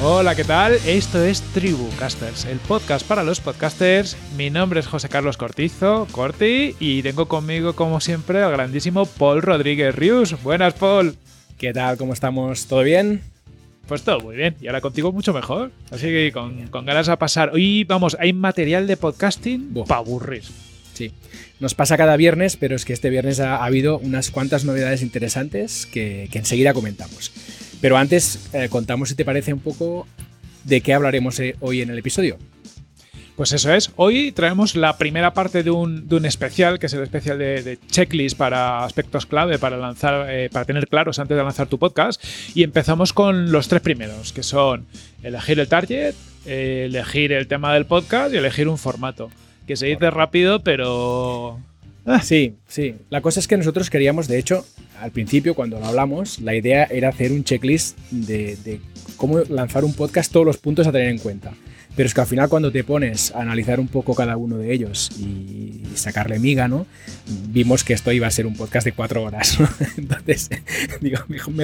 Hola, ¿qué tal? Esto es Tribucasters, el podcast para los podcasters. Mi nombre es José Carlos Cortizo, Corti, y tengo conmigo, como siempre, al grandísimo Paul Rodríguez Rius. Buenas, Paul. ¿Qué tal? ¿Cómo estamos? ¿Todo bien? Pues todo muy bien, y ahora contigo mucho mejor. Así que con ganas a pasar. Hoy, vamos, hay material de podcasting para aburrir. Sí, nos pasa cada viernes, pero es que este viernes ha habido unas cuantas novedades interesantes que enseguida comentamos. Pero antes contamos, si te parece, un poco de qué hablaremos hoy en el episodio. Pues eso es. Hoy traemos la primera parte de un especial, que es el especial de checklist para aspectos clave para lanzar, para tener claros antes de lanzar tu podcast. Y empezamos con los tres primeros, que son elegir el target, elegir el tema del podcast y elegir un formato. Que se dice rápido, pero... Sí. La cosa es que nosotros queríamos, de hecho, al principio, cuando lo hablamos, la idea era hacer un checklist de cómo lanzar un podcast, todos los puntos a tener en cuenta. Pero es que al final, cuando te pones a analizar un poco cada uno de ellos y sacarle miga, ¿no? Vimos que esto iba a ser un podcast de 4 horas, ¿no? Entonces, digo,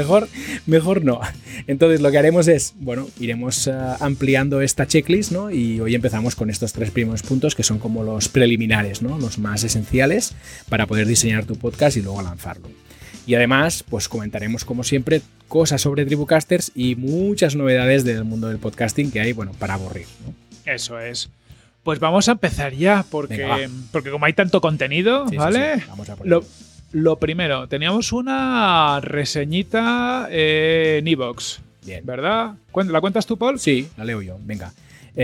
mejor no. Entonces, lo que haremos es, bueno, iremos ampliando esta checklist, ¿no? Y hoy empezamos con estos 3 primeros puntos, que son como los preliminares, ¿no? Los más esenciales para poder diseñar tu podcast y luego lanzarlo. Y además, pues comentaremos, como siempre, cosas sobre Tribucasters y muchas novedades del mundo del podcasting que hay, bueno, para aburrir, ¿no? Eso es. Pues vamos a empezar ya, porque como hay tanto contenido, sí, ¿vale? Sí, vamos a por lo primero, teníamos una reseñita en iVoox, ¿verdad? ¿La cuentas tú, Paul? Sí, la leo yo, venga.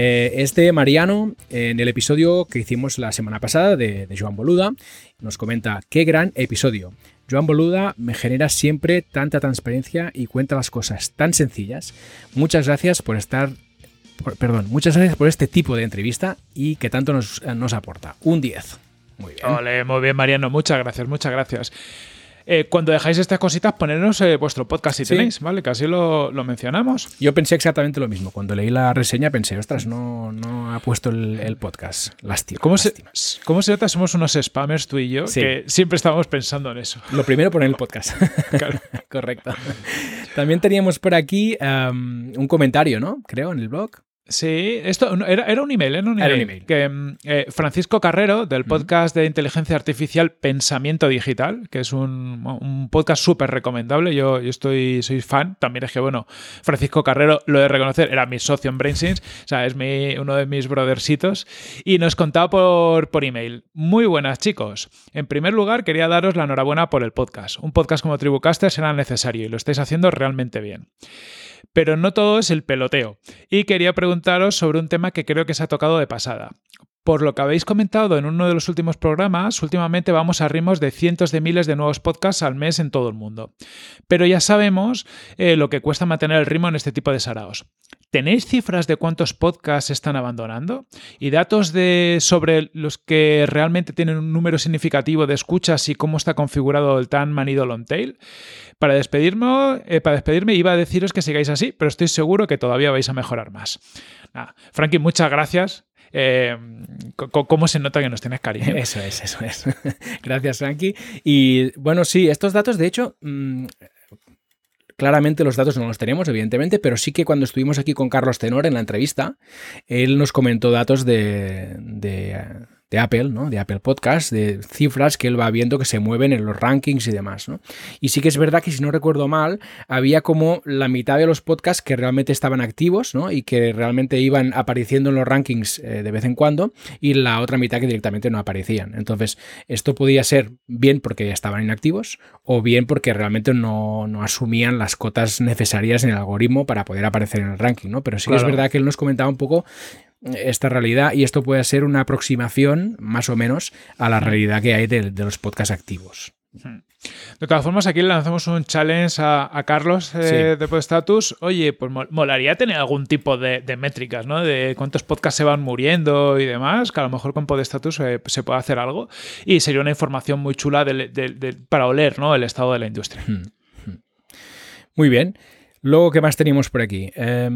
Mariano, en el episodio que hicimos la semana pasada de Joan Boluda, nos comenta: qué gran episodio. Joan Boluda me genera siempre tanta transparencia y cuenta las cosas tan sencillas. Muchas gracias por este tipo de entrevista y que tanto nos aporta. Un 10. Muy bien. Ole, muy bien, Mariano. Muchas gracias. Cuando dejáis estas cositas, ponernos vuestro podcast si tenéis, ¿vale? Que así lo mencionamos. Yo pensé exactamente lo mismo. Cuando leí la reseña pensé, ostras, no ha puesto el podcast. Lástima. ¿Cómo se nota? Somos unos spammers tú y yo, que siempre estábamos pensando en eso. Lo primero, poner el podcast. Claro. Correcto. También teníamos por aquí un comentario, ¿no? Creo, en el blog. Sí, esto era un email, Era un email. Que Francisco Carrero, del podcast de inteligencia artificial Pensamiento Digital, que es un podcast súper recomendable. Yo soy fan. También es que, bueno, Francisco Carrero, lo de reconocer, era mi socio en BrainSense, o sea, es uno de mis brothercitos, y nos contaba por email: muy buenas, chicos. En primer lugar, quería daros la enhorabuena por el podcast. Un podcast como Tribucasters era necesario y lo estáis haciendo realmente bien. Pero no todo es el peloteo, y quería preguntaros sobre un tema que creo que se ha tocado de pasada. Por lo que habéis comentado en uno de los últimos programas, últimamente vamos a ritmos de cientos de miles de nuevos podcasts al mes en todo el mundo. Pero ya sabemos lo que cuesta mantener el ritmo en este tipo de saraos. ¿Tenéis cifras de cuántos podcasts se están abandonando? ¿Y datos sobre los que realmente tienen un número significativo de escuchas y cómo está configurado el tan manido long tail? Para despedirme iba a deciros que sigáis así, pero estoy seguro que todavía vais a mejorar más. Nada, Frankie, muchas gracias. ¿Cómo se nota que nos tienes cariño? Eso es. Gracias, Frankie. Y bueno, sí, estos datos, de hecho... Claramente los datos no los tenemos, evidentemente, pero sí que cuando estuvimos aquí con Carlos Tenor en la entrevista, él nos comentó datos de Apple, ¿no? De Apple Podcast, de cifras que él va viendo que se mueven en los rankings y demás, ¿no? Y sí que es verdad que, si no recuerdo mal, había como la mitad de los podcasts que realmente estaban activos, ¿no? Y que realmente iban apareciendo en los rankings de vez en cuando, y la otra mitad que directamente no aparecían. Entonces, esto podía ser bien porque estaban inactivos, o bien porque realmente no asumían las cotas necesarias en el algoritmo para poder aparecer en el ranking, ¿no? Pero sí que es verdad que él nos comentaba un poco esta realidad, y esto puede ser una aproximación más o menos a la realidad que hay de los podcasts activos. De todas formas, aquí le lanzamos un challenge a Carlos de Podstatus. Oye, pues molaría tener algún tipo de métricas, ¿no? De cuántos podcasts se van muriendo y demás, que a lo mejor con Podstatus se puede hacer algo, y sería una información muy chula para oler, ¿no?, el estado de la industria. Muy bien. Luego, ¿qué más teníamos por aquí?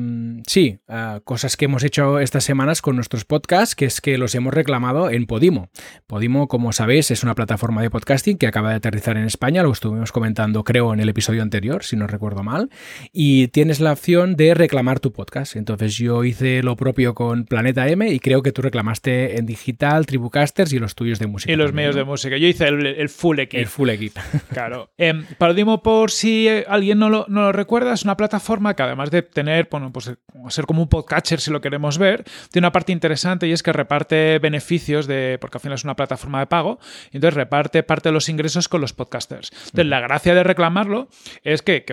Cosas que hemos hecho estas semanas con nuestros podcasts, que es que los hemos reclamado en Podimo. Podimo, como sabéis, es una plataforma de podcasting que acaba de aterrizar en España, lo estuvimos comentando creo en el episodio anterior, si no recuerdo mal, y tienes la opción de reclamar tu podcast. Entonces yo hice lo propio con Planeta M y creo que tú reclamaste en Digital, Tribucasters y los tuyos de música. Y los medios de música. Yo hice el full equip. El full equip. Claro. Podimo, por si alguien no lo recuerda, es una plataforma que además de tener, bueno, pues ser como un podcatcher si lo queremos ver, tiene una parte interesante y es que reparte beneficios porque al final es una plataforma de pago, y entonces reparte parte de los ingresos con los podcasters. Entonces la gracia de reclamarlo es que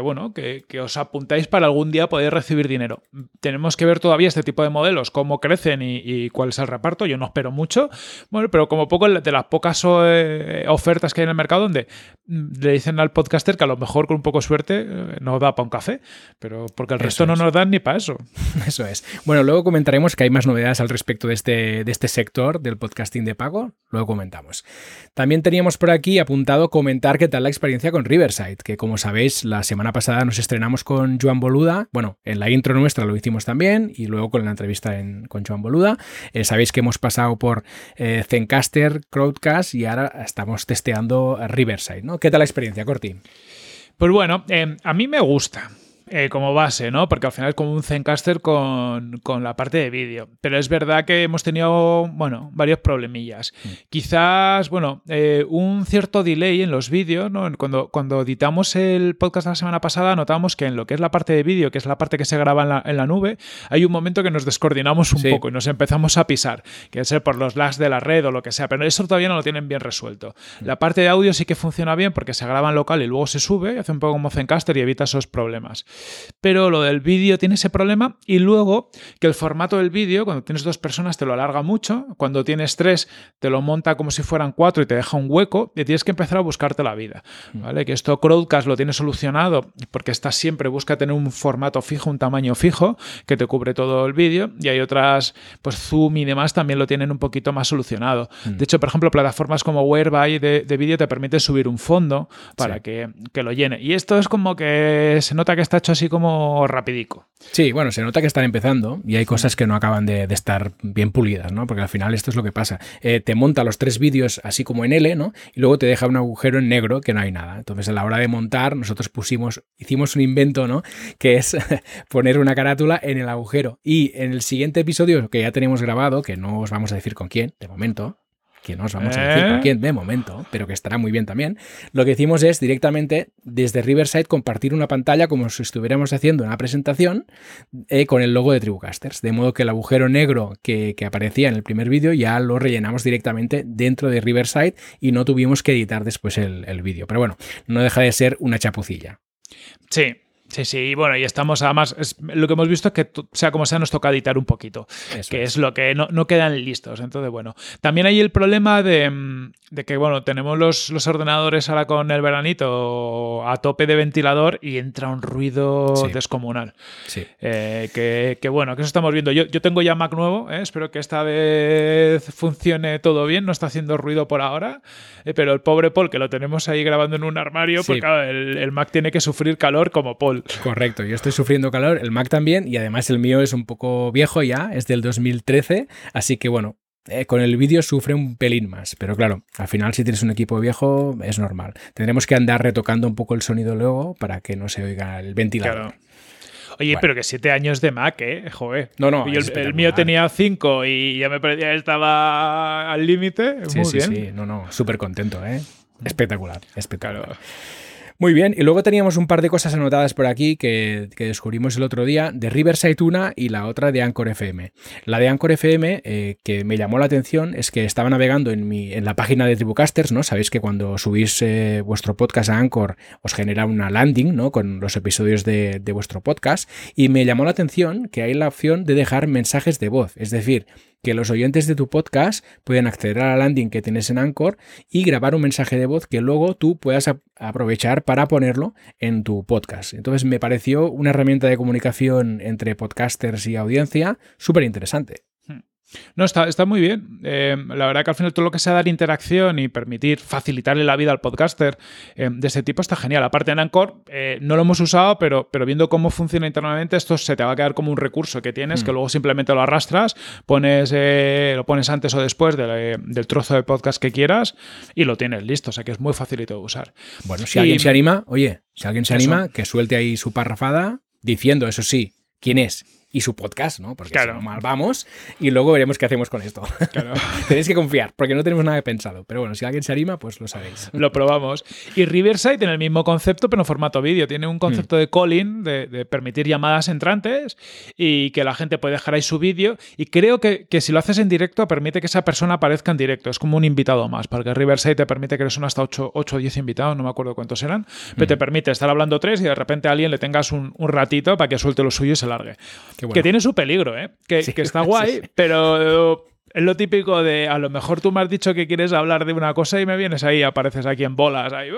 os apuntáis para algún día poder recibir dinero. Tenemos que ver todavía este tipo de modelos, cómo crecen y cuál es el reparto. Yo no espero mucho, bueno, pero como poco de las pocas ofertas que hay en el mercado donde le dicen al podcaster que a lo mejor con un poco de suerte nos da para un café, pero porque el resto no nos dan ni para eso. Eso es. Bueno, luego comentaremos que hay más novedades al respecto de este sector del podcasting de pago. Luego comentamos. También teníamos por aquí apuntado comentar qué tal la experiencia con Riverside, que como sabéis, la semana pasada nos estrenamos con Joan Boluda. Bueno, en la intro nuestra lo hicimos también y luego con la entrevista con Joan Boluda. Sabéis que hemos pasado por Zencastr, Crowdcast y ahora estamos testeando Riverside, ¿no? ¿Qué tal la experiencia, Corti? Pues bueno, a mí me gusta. Como base, ¿no? Porque al final es como un Zencastr con la parte de vídeo. Pero es verdad que hemos tenido, bueno, varios problemillas. Quizás, bueno, un cierto delay en los vídeos, ¿no? Cuando editamos el podcast la semana pasada, notamos que en lo que es la parte de vídeo, que es la parte que se graba en la nube, hay un momento que nos descoordinamos un poco y nos empezamos a pisar, que debe ser por los lags de la red o lo que sea, pero eso todavía no lo tienen bien resuelto. La parte de audio sí que funciona bien porque se graba en local y luego se sube, hace un poco como Zencastr y evita esos problemas. Pero lo del vídeo tiene ese problema, y luego que el formato del vídeo, cuando tienes 2 personas te lo alarga mucho, cuando tienes 3 te lo monta como si fueran 4 y te deja un hueco y tienes que empezar a buscarte la vida, ¿vale? Que esto Crowdcast lo tiene solucionado porque busca tener un formato fijo, un tamaño fijo que te cubre todo el vídeo, y hay otras, pues Zoom y demás también lo tienen un poquito más solucionado. De hecho, por ejemplo, plataformas como Whereby de vídeo te permiten subir un fondo para que lo llene, y esto es como que se nota que está hecho así como rapidico. Sí, bueno, se nota que están empezando y hay cosas que no acaban de estar bien pulidas, ¿no? Porque al final esto es lo que pasa. Te monta los 3 vídeos así como en L, ¿no? Y luego te deja un agujero en negro que no hay nada. Entonces, a la hora de montar, nosotros hicimos un invento, ¿no? Que es poner una carátula en el agujero. Y en el siguiente episodio que ya tenemos grabado, que no os vamos a decir con quién, de momento, que no os vamos a decir con quién de momento, pero que estará muy bien también, lo que hicimos es directamente desde Riverside compartir una pantalla como si estuviéramos haciendo una presentación con el logo de Tribucasters, de modo que el agujero negro que aparecía en el primer vídeo ya lo rellenamos directamente dentro de Riverside y no tuvimos que editar después el vídeo. Pero bueno, no deja de ser una chapucilla. Sí. Sí, y bueno, y estamos además, lo que hemos visto es que sea como sea nos toca editar un poquito, es lo que no quedan listos. Entonces, bueno, también hay el problema de que, bueno, tenemos los ordenadores ahora con el veranito a tope de ventilador y entra un ruido descomunal. Sí. Que bueno, que eso estamos viendo. Yo tengo ya Mac nuevo, espero que esta vez funcione todo bien, no está haciendo ruido por ahora, pero el pobre Paul, que lo tenemos ahí grabando en un armario, pues claro, el Mac tiene que sufrir calor como Paul. Correcto, yo estoy sufriendo calor, el Mac también, y además el mío es un poco viejo ya, es del 2013, así que bueno, con el vídeo sufre un pelín más, pero claro, al final si tienes un equipo viejo es normal. Tendremos que andar retocando un poco el sonido luego para que no se oiga el ventilador. Claro. Oye, bueno. Pero que 7 años de Mac, joder. No. Y el mío tenía 5 y ya me parecía que estaba al límite. Sí, Muy bien. Sí, súper contento, Espectacular. Claro. Muy bien, y luego teníamos un par de cosas anotadas por aquí que descubrimos el otro día, de Riverside una y la otra de Anchor FM. La de Anchor FM, que me llamó la atención, es que estaba navegando en la página de Tribucasters, ¿no? Sabéis que cuando subís vuestro podcast a Anchor os genera una landing, ¿no? Con los episodios de vuestro podcast, y me llamó la atención que hay la opción de dejar mensajes de voz, es decir, que los oyentes de tu podcast pueden acceder a la landing que tienes en Anchor y grabar un mensaje de voz que luego tú puedas aprovechar para ponerlo en tu podcast. Entonces me pareció una herramienta de comunicación entre podcasters y audiencia súper interesante. No, está muy bien. La verdad que al final todo lo que sea dar interacción y permitir facilitarle la vida al podcaster de este tipo está genial. Aparte en Anchor no lo hemos usado, pero viendo cómo funciona internamente, esto se te va a quedar como un recurso que tienes, que luego simplemente lo arrastras, lo pones antes o después del trozo de podcast que quieras y lo tienes listo. O sea que es muy facilito de usar. Bueno, si alguien se anima, que suelte ahí su parrafada diciendo, eso sí, quién es y su podcast, ¿no? Porque claro, si no, mal vamos y luego veremos qué hacemos con esto. Claro. Tenéis que confiar, porque no tenemos nada pensado. Pero bueno, si alguien se anima, pues lo sabéis. Lo probamos. Y Riverside tiene el mismo concepto, pero en formato vídeo. Tiene un concepto de calling, de permitir llamadas entrantes y que la gente puede dejar ahí su vídeo. Y creo que si lo haces en directo, permite que esa persona aparezca en directo. Es como un invitado más, porque Riverside te permite que son hasta 8 o 10 invitados, no me acuerdo cuántos eran, pero te permite estar hablando 3 y de repente a alguien le tengas un ratito para que suelte lo suyo y se largue. Bueno. Que tiene su peligro, que está guay, sí. Pero es lo típico de a lo mejor tú me has dicho que quieres hablar de una cosa y me vienes ahí, apareces aquí en bolas. Ahí.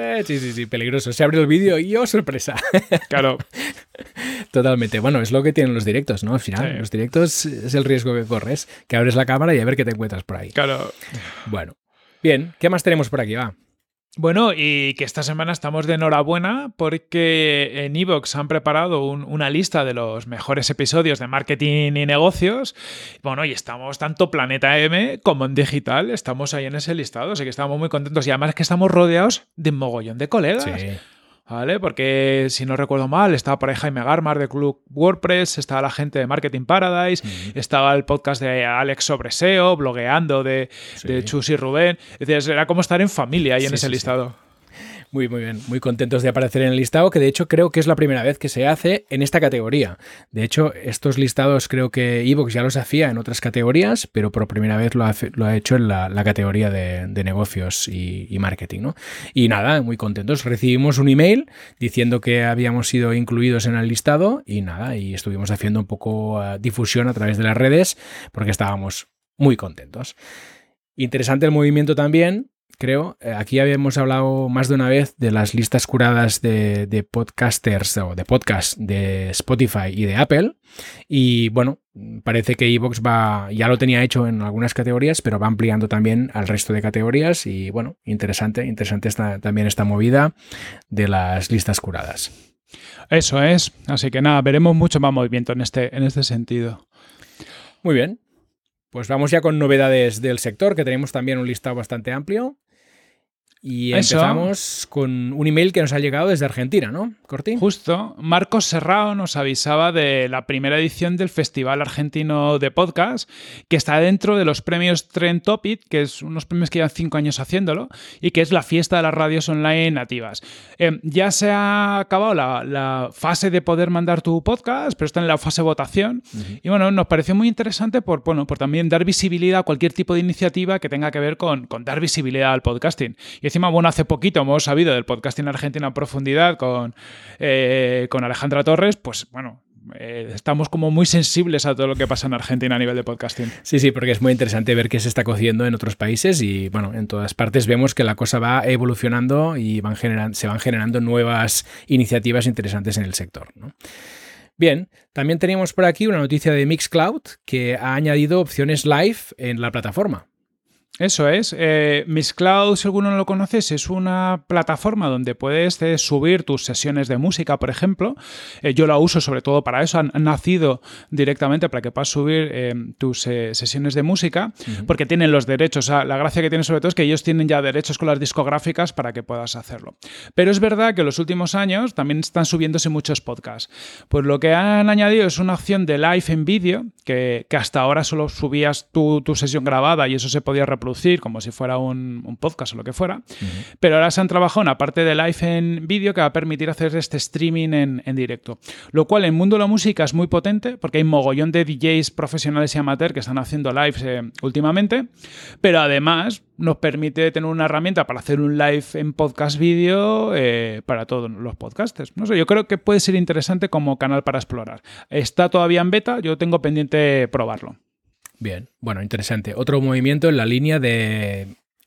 Sí, peligroso. Se abre el vídeo y sorpresa. Claro. Totalmente. Bueno, es lo que tienen los directos, ¿no? Al final, los directos es el riesgo que corres, que abres la cámara y a ver qué te encuentras por ahí. Claro. Bueno, bien. ¿Qué más tenemos por aquí? Va. Bueno, y que esta semana estamos de enhorabuena porque en iVoox han preparado una lista de los mejores episodios de marketing y negocios. Bueno, y estamos tanto Planeta M como en Digital, estamos ahí en ese listado, así que estamos muy contentos. Y además es que estamos rodeados de un mogollón de colegas. Sí. ¿Vale? Porque si no recuerdo mal, estaba por ahí Jaime Garmar de Club WordPress, estaba la gente de Marketing Paradise, estaba el podcast de Alex sobre SEO, blogueando de Chus y Rubén. Es decir, era como estar en familia ahí en ese listado. Muy bien, muy contentos de aparecer en el listado, que de hecho creo que es la primera vez que se hace en esta categoría. De hecho, estos listados creo que iVoox ya los hacía en otras categorías, pero por primera vez lo ha hecho en la categoría de negocios y marketing, ¿no? Y nada, muy contentos. Recibimos un email diciendo que habíamos sido incluidos en el listado y nada, y estuvimos haciendo un poco difusión a través de las redes porque estábamos muy contentos. Interesante el movimiento también. Creo, aquí habíamos hablado más de una vez de las listas curadas de podcasters o de podcast de Spotify y de Apple y bueno, parece que iVoox ya lo tenía hecho en algunas categorías, pero va ampliando también al resto de categorías y bueno, interesante también esta movida de las listas curadas. Eso es, así que nada, veremos mucho más movimiento en este sentido. Muy bien. Pues vamos ya con novedades del sector, que tenemos también un listado bastante amplio. Y empezamos con un email que nos ha llegado desde Argentina, ¿no, Corti? Justo. Marcos Serrao nos avisaba de la primera edición del Festival Argentino de Podcast, que está dentro de los premios Trend Topic, que es unos premios que llevan 5 años haciéndolo, y que es la fiesta de las radios online nativas. Ya se ha acabado la fase de poder mandar tu podcast, pero está en la fase de votación. Y bueno, nos pareció muy interesante por también dar visibilidad a cualquier tipo de iniciativa que tenga que ver con dar visibilidad al podcasting. Y encima, bueno, hace poquito hemos sabido del podcasting argentino en profundidad con Alejandra Torres, pues bueno, estamos como muy sensibles a todo lo que pasa en Argentina a nivel de podcasting. Sí, porque es muy interesante ver qué se está cociendo en otros países y bueno, en todas partes vemos que la cosa va evolucionando y se van generando nuevas iniciativas interesantes en el sector, ¿no? Bien, también teníamos por aquí una noticia de Mixcloud que ha añadido opciones live en la plataforma. Eso es. Mixcloud, si alguno no lo conoces, es una plataforma donde puedes subir tus sesiones de música, por ejemplo. Yo la uso sobre todo para eso. Han nacido directamente para que puedas subir tus sesiones de música, porque tienen los derechos. O sea, la gracia que tiene sobre todo es que ellos tienen ya derechos con las discográficas para que puedas hacerlo. Pero es verdad que en los últimos años también están subiéndose muchos podcasts. Pues lo que han añadido es una opción de live en vídeo, que hasta ahora solo subías tu sesión grabada y eso se podía reproducir como si fuera un podcast o lo que fuera, pero ahora se han trabajado una parte de live en vídeo que va a permitir hacer este streaming en directo, lo cual en el mundo de la música es muy potente porque hay mogollón de DJs profesionales y amateur que están haciendo lives últimamente, pero además nos permite tener una herramienta para hacer un live en podcast vídeo para todos los podcasters. No sé, yo creo que puede ser interesante como canal para explorar. Está todavía en beta, yo tengo pendiente probarlo. Bien, bueno, interesante. Otro movimiento en la línea de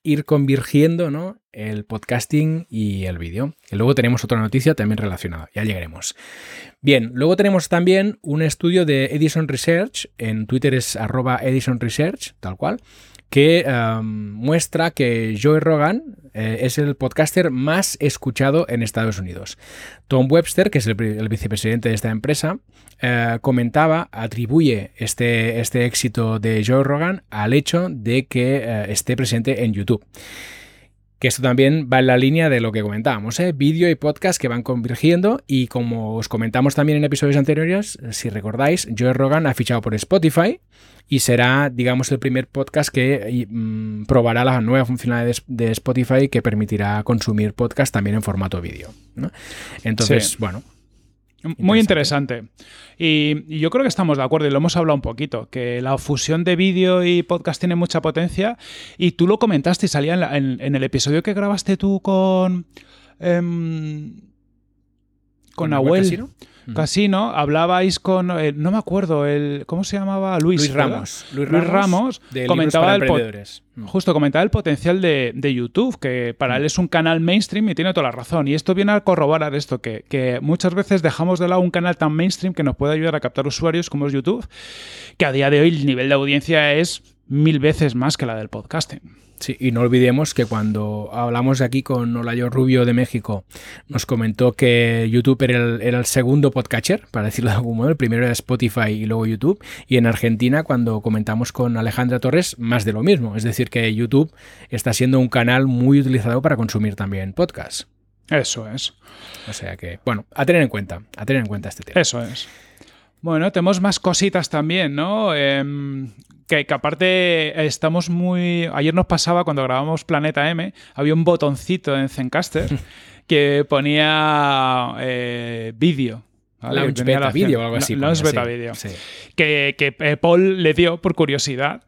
ir convirgiendo, ¿no?, el podcasting y el vídeo. Y luego tenemos otra noticia también relacionada, ya llegaremos. Bien, luego tenemos también un estudio de Edison Research, en Twitter es @EdisonResearch, tal cual, que muestra que Joe Rogan es el podcaster más escuchado en Estados Unidos. Tom Webster, que es el vicepresidente de esta empresa, atribuye este éxito de Joe Rogan al hecho de que esté presente en YouTube. Que esto también va en la línea de lo que comentábamos, vídeo y podcast que van convergiendo, y como os comentamos también en episodios anteriores, si recordáis, Joe Rogan ha fichado por Spotify y será, digamos, el primer podcast que probará la nueva funcionalidad de Spotify que permitirá consumir podcast también en formato vídeo, ¿no? Entonces, sí. Bueno. Muy interesante. Y yo creo que estamos de acuerdo, y lo hemos hablado un poquito, que la fusión de vídeo y podcast tiene mucha potencia, y tú lo comentaste y salía en el episodio que grabaste tú con Nahuel Casino, hablabais con, no me acuerdo, ¿cómo se llamaba? Luis Ramos. Luis Ramos comentaba comentaba el potencial de YouTube, que para él es un canal mainstream, y tiene toda la razón. Y esto viene a corroborar esto, que muchas veces dejamos de lado un canal tan mainstream que nos puede ayudar a captar usuarios como es YouTube, que a día de hoy el nivel de audiencia es 1000 veces más que la del podcasting. Sí, y no olvidemos que cuando hablamos aquí con Olayo Rubio de México, nos comentó que YouTube era el segundo podcatcher, para decirlo de algún modo. El primero era Spotify y luego YouTube. Y en Argentina, cuando comentamos con Alejandra Torres, más de lo mismo. Es decir, que YouTube está siendo un canal muy utilizado para consumir también podcasts. Eso es. O sea que, bueno, a tener en cuenta este tema. Eso es. Bueno, tenemos más cositas también, ¿no? Que aparte estamos muy... Ayer nos pasaba, cuando grabamos Planeta M, había un botoncito en Zencastr que ponía vídeo. ¿Vale? Launch Beta Video o algo así. Launch Beta Video. Sí. Que Paul le dio por curiosidad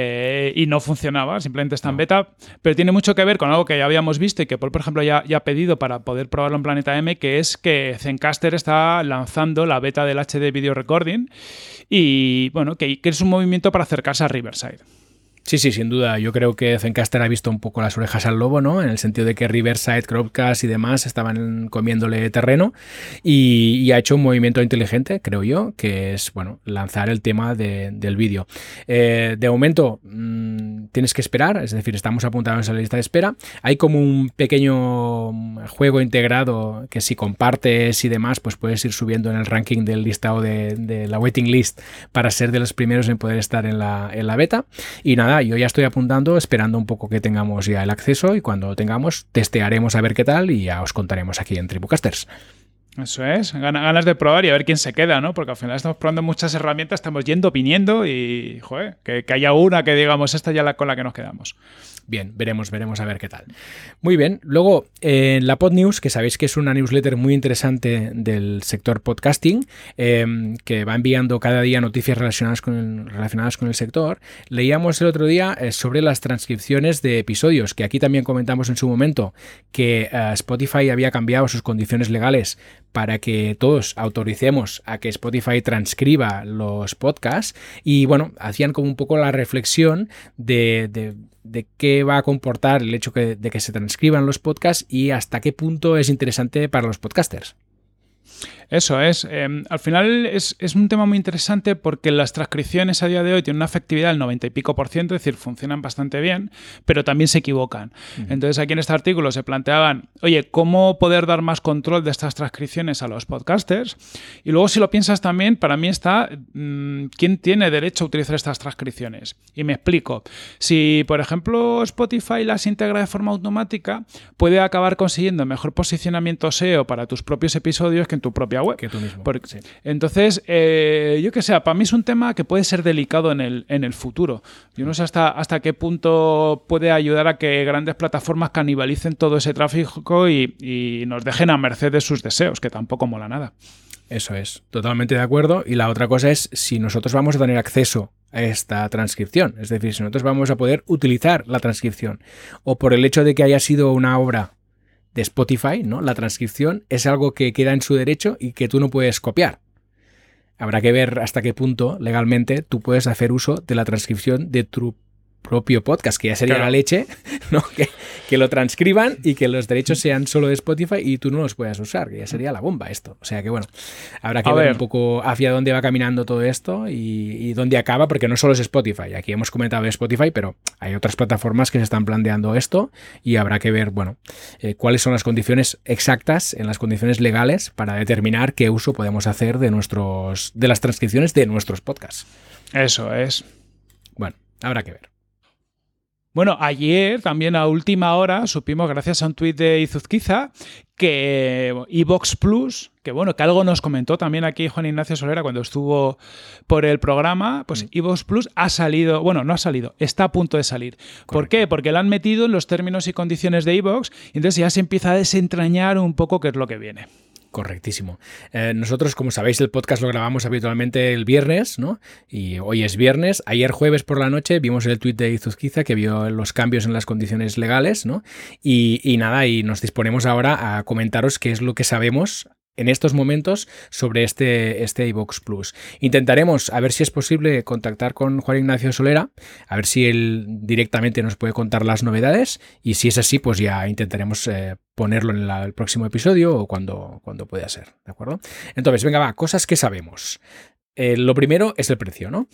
y no funcionaba, simplemente está en beta, pero tiene mucho que ver con algo que ya habíamos visto y que Paul, por ejemplo, ya ha pedido para poder probarlo en Planeta M, que es que Zencastr está lanzando la beta del HD Video Recording, y bueno, que es un movimiento para acercarse a Riverside. Sí, sin duda. Yo creo que Zencastr ha visto un poco las orejas al lobo, ¿no? En el sentido de que Riverside, Chromecast y demás estaban comiéndole terreno, y ha hecho un movimiento inteligente, creo yo, que es, bueno, lanzar el tema del vídeo. De momento tienes que esperar, es decir, estamos apuntados en la lista de espera. Hay como un pequeño juego integrado que si compartes y demás, pues puedes ir subiendo en el ranking del listado de la waiting list para ser de los primeros en poder estar en la beta. Y nada, yo ya estoy apuntando, esperando un poco que tengamos ya el acceso, y cuando lo tengamos testearemos a ver qué tal y ya os contaremos aquí en Tribucasters. Eso es, ganas de probar y a ver quién se queda, ¿no? Porque al final estamos probando muchas herramientas, estamos viniendo y, joder, que haya una que digamos, esta ya con la que nos quedamos. Bien, veremos a ver qué tal. Muy bien, luego la PodNews, que sabéis que es una newsletter muy interesante del sector podcasting, que va enviando cada día noticias relacionadas con el sector. Leíamos el otro día sobre las transcripciones de episodios, que aquí también comentamos en su momento que Spotify había cambiado sus condiciones legales para que todos autoricemos a que Spotify transcriba los podcasts, y bueno, hacían como un poco la reflexión de qué va a comportar el hecho de que se transcriban los podcasts y hasta qué punto es interesante para los podcasters. Eso es. Al final es un tema muy interesante porque las transcripciones a día de hoy tienen una efectividad del 90 y pico %, es decir, funcionan bastante bien, pero también se equivocan. Entonces aquí en este artículo se planteaban, oye, ¿cómo poder dar más control de estas transcripciones a los podcasters? Y luego, si lo piensas también, para mí está quién tiene derecho a utilizar estas transcripciones. Y me explico. Si, por ejemplo, Spotify las integra de forma automática, puede acabar consiguiendo mejor posicionamiento SEO para tus propios episodios que en tu propia web. Que tú mismo. Sí. Entonces, yo que sé, para mí es un tema que puede ser delicado en el futuro. Yo no sé hasta qué punto puede ayudar a que grandes plataformas canibalicen todo ese tráfico y nos dejen a merced de sus deseos, que tampoco mola nada. Eso es, totalmente de acuerdo. Y la otra cosa es si nosotros vamos a tener acceso a esta transcripción, es decir, si nosotros vamos a poder utilizar la transcripción, o por el hecho de que haya sido una obra de Spotify, ¿no? La transcripción es algo que queda en su derecho y que tú no puedes copiar. Habrá que ver hasta qué punto legalmente tú puedes hacer uso de la transcripción de tu propio podcast, que ya sería la leche, ¿no? Que lo transcriban y que los derechos sean solo de Spotify y tú no los puedas usar, que ya sería la bomba esto. O sea que bueno, habrá que ver un poco hacia dónde va caminando todo esto y dónde acaba, porque no solo es Spotify. Aquí hemos comentado de Spotify, pero hay otras plataformas que se están planteando esto y habrá que ver, bueno, cuáles son las condiciones exactas, en las condiciones legales, para determinar qué uso podemos hacer de las transcripciones de nuestros podcasts. Eso es. Bueno, habrá que ver. Bueno, ayer también a última hora supimos, gracias a un tuit de Izuzquiza, que iVoox Plus, que bueno, que algo nos comentó también aquí Juan Ignacio Solera cuando estuvo por el programa, pues iVoox Plus ha salido, bueno, no ha salido, está a punto de salir. Correcto. ¿Por qué? Porque lo han metido en los términos y condiciones de iVoox y entonces ya se empieza a desentrañar un poco qué es lo que viene. Correctísimo. Nosotros, como sabéis, el podcast lo grabamos habitualmente el viernes, ¿no? Y hoy es viernes. Ayer jueves por la noche vimos el tuit de Izuzquiza que vio los cambios en las condiciones legales, ¿no? Y nada, y nos disponemos ahora a comentaros qué es lo que sabemos en estos momentos sobre este iVoox Plus. Intentaremos, a ver si es posible, contactar con Juan Ignacio Solera, a ver si él directamente nos puede contar las novedades, y si es así, pues ya intentaremos ponerlo en el próximo episodio o cuando pueda ser, ¿de acuerdo? Entonces, venga, va, cosas que sabemos. Lo primero es el precio, ¿no?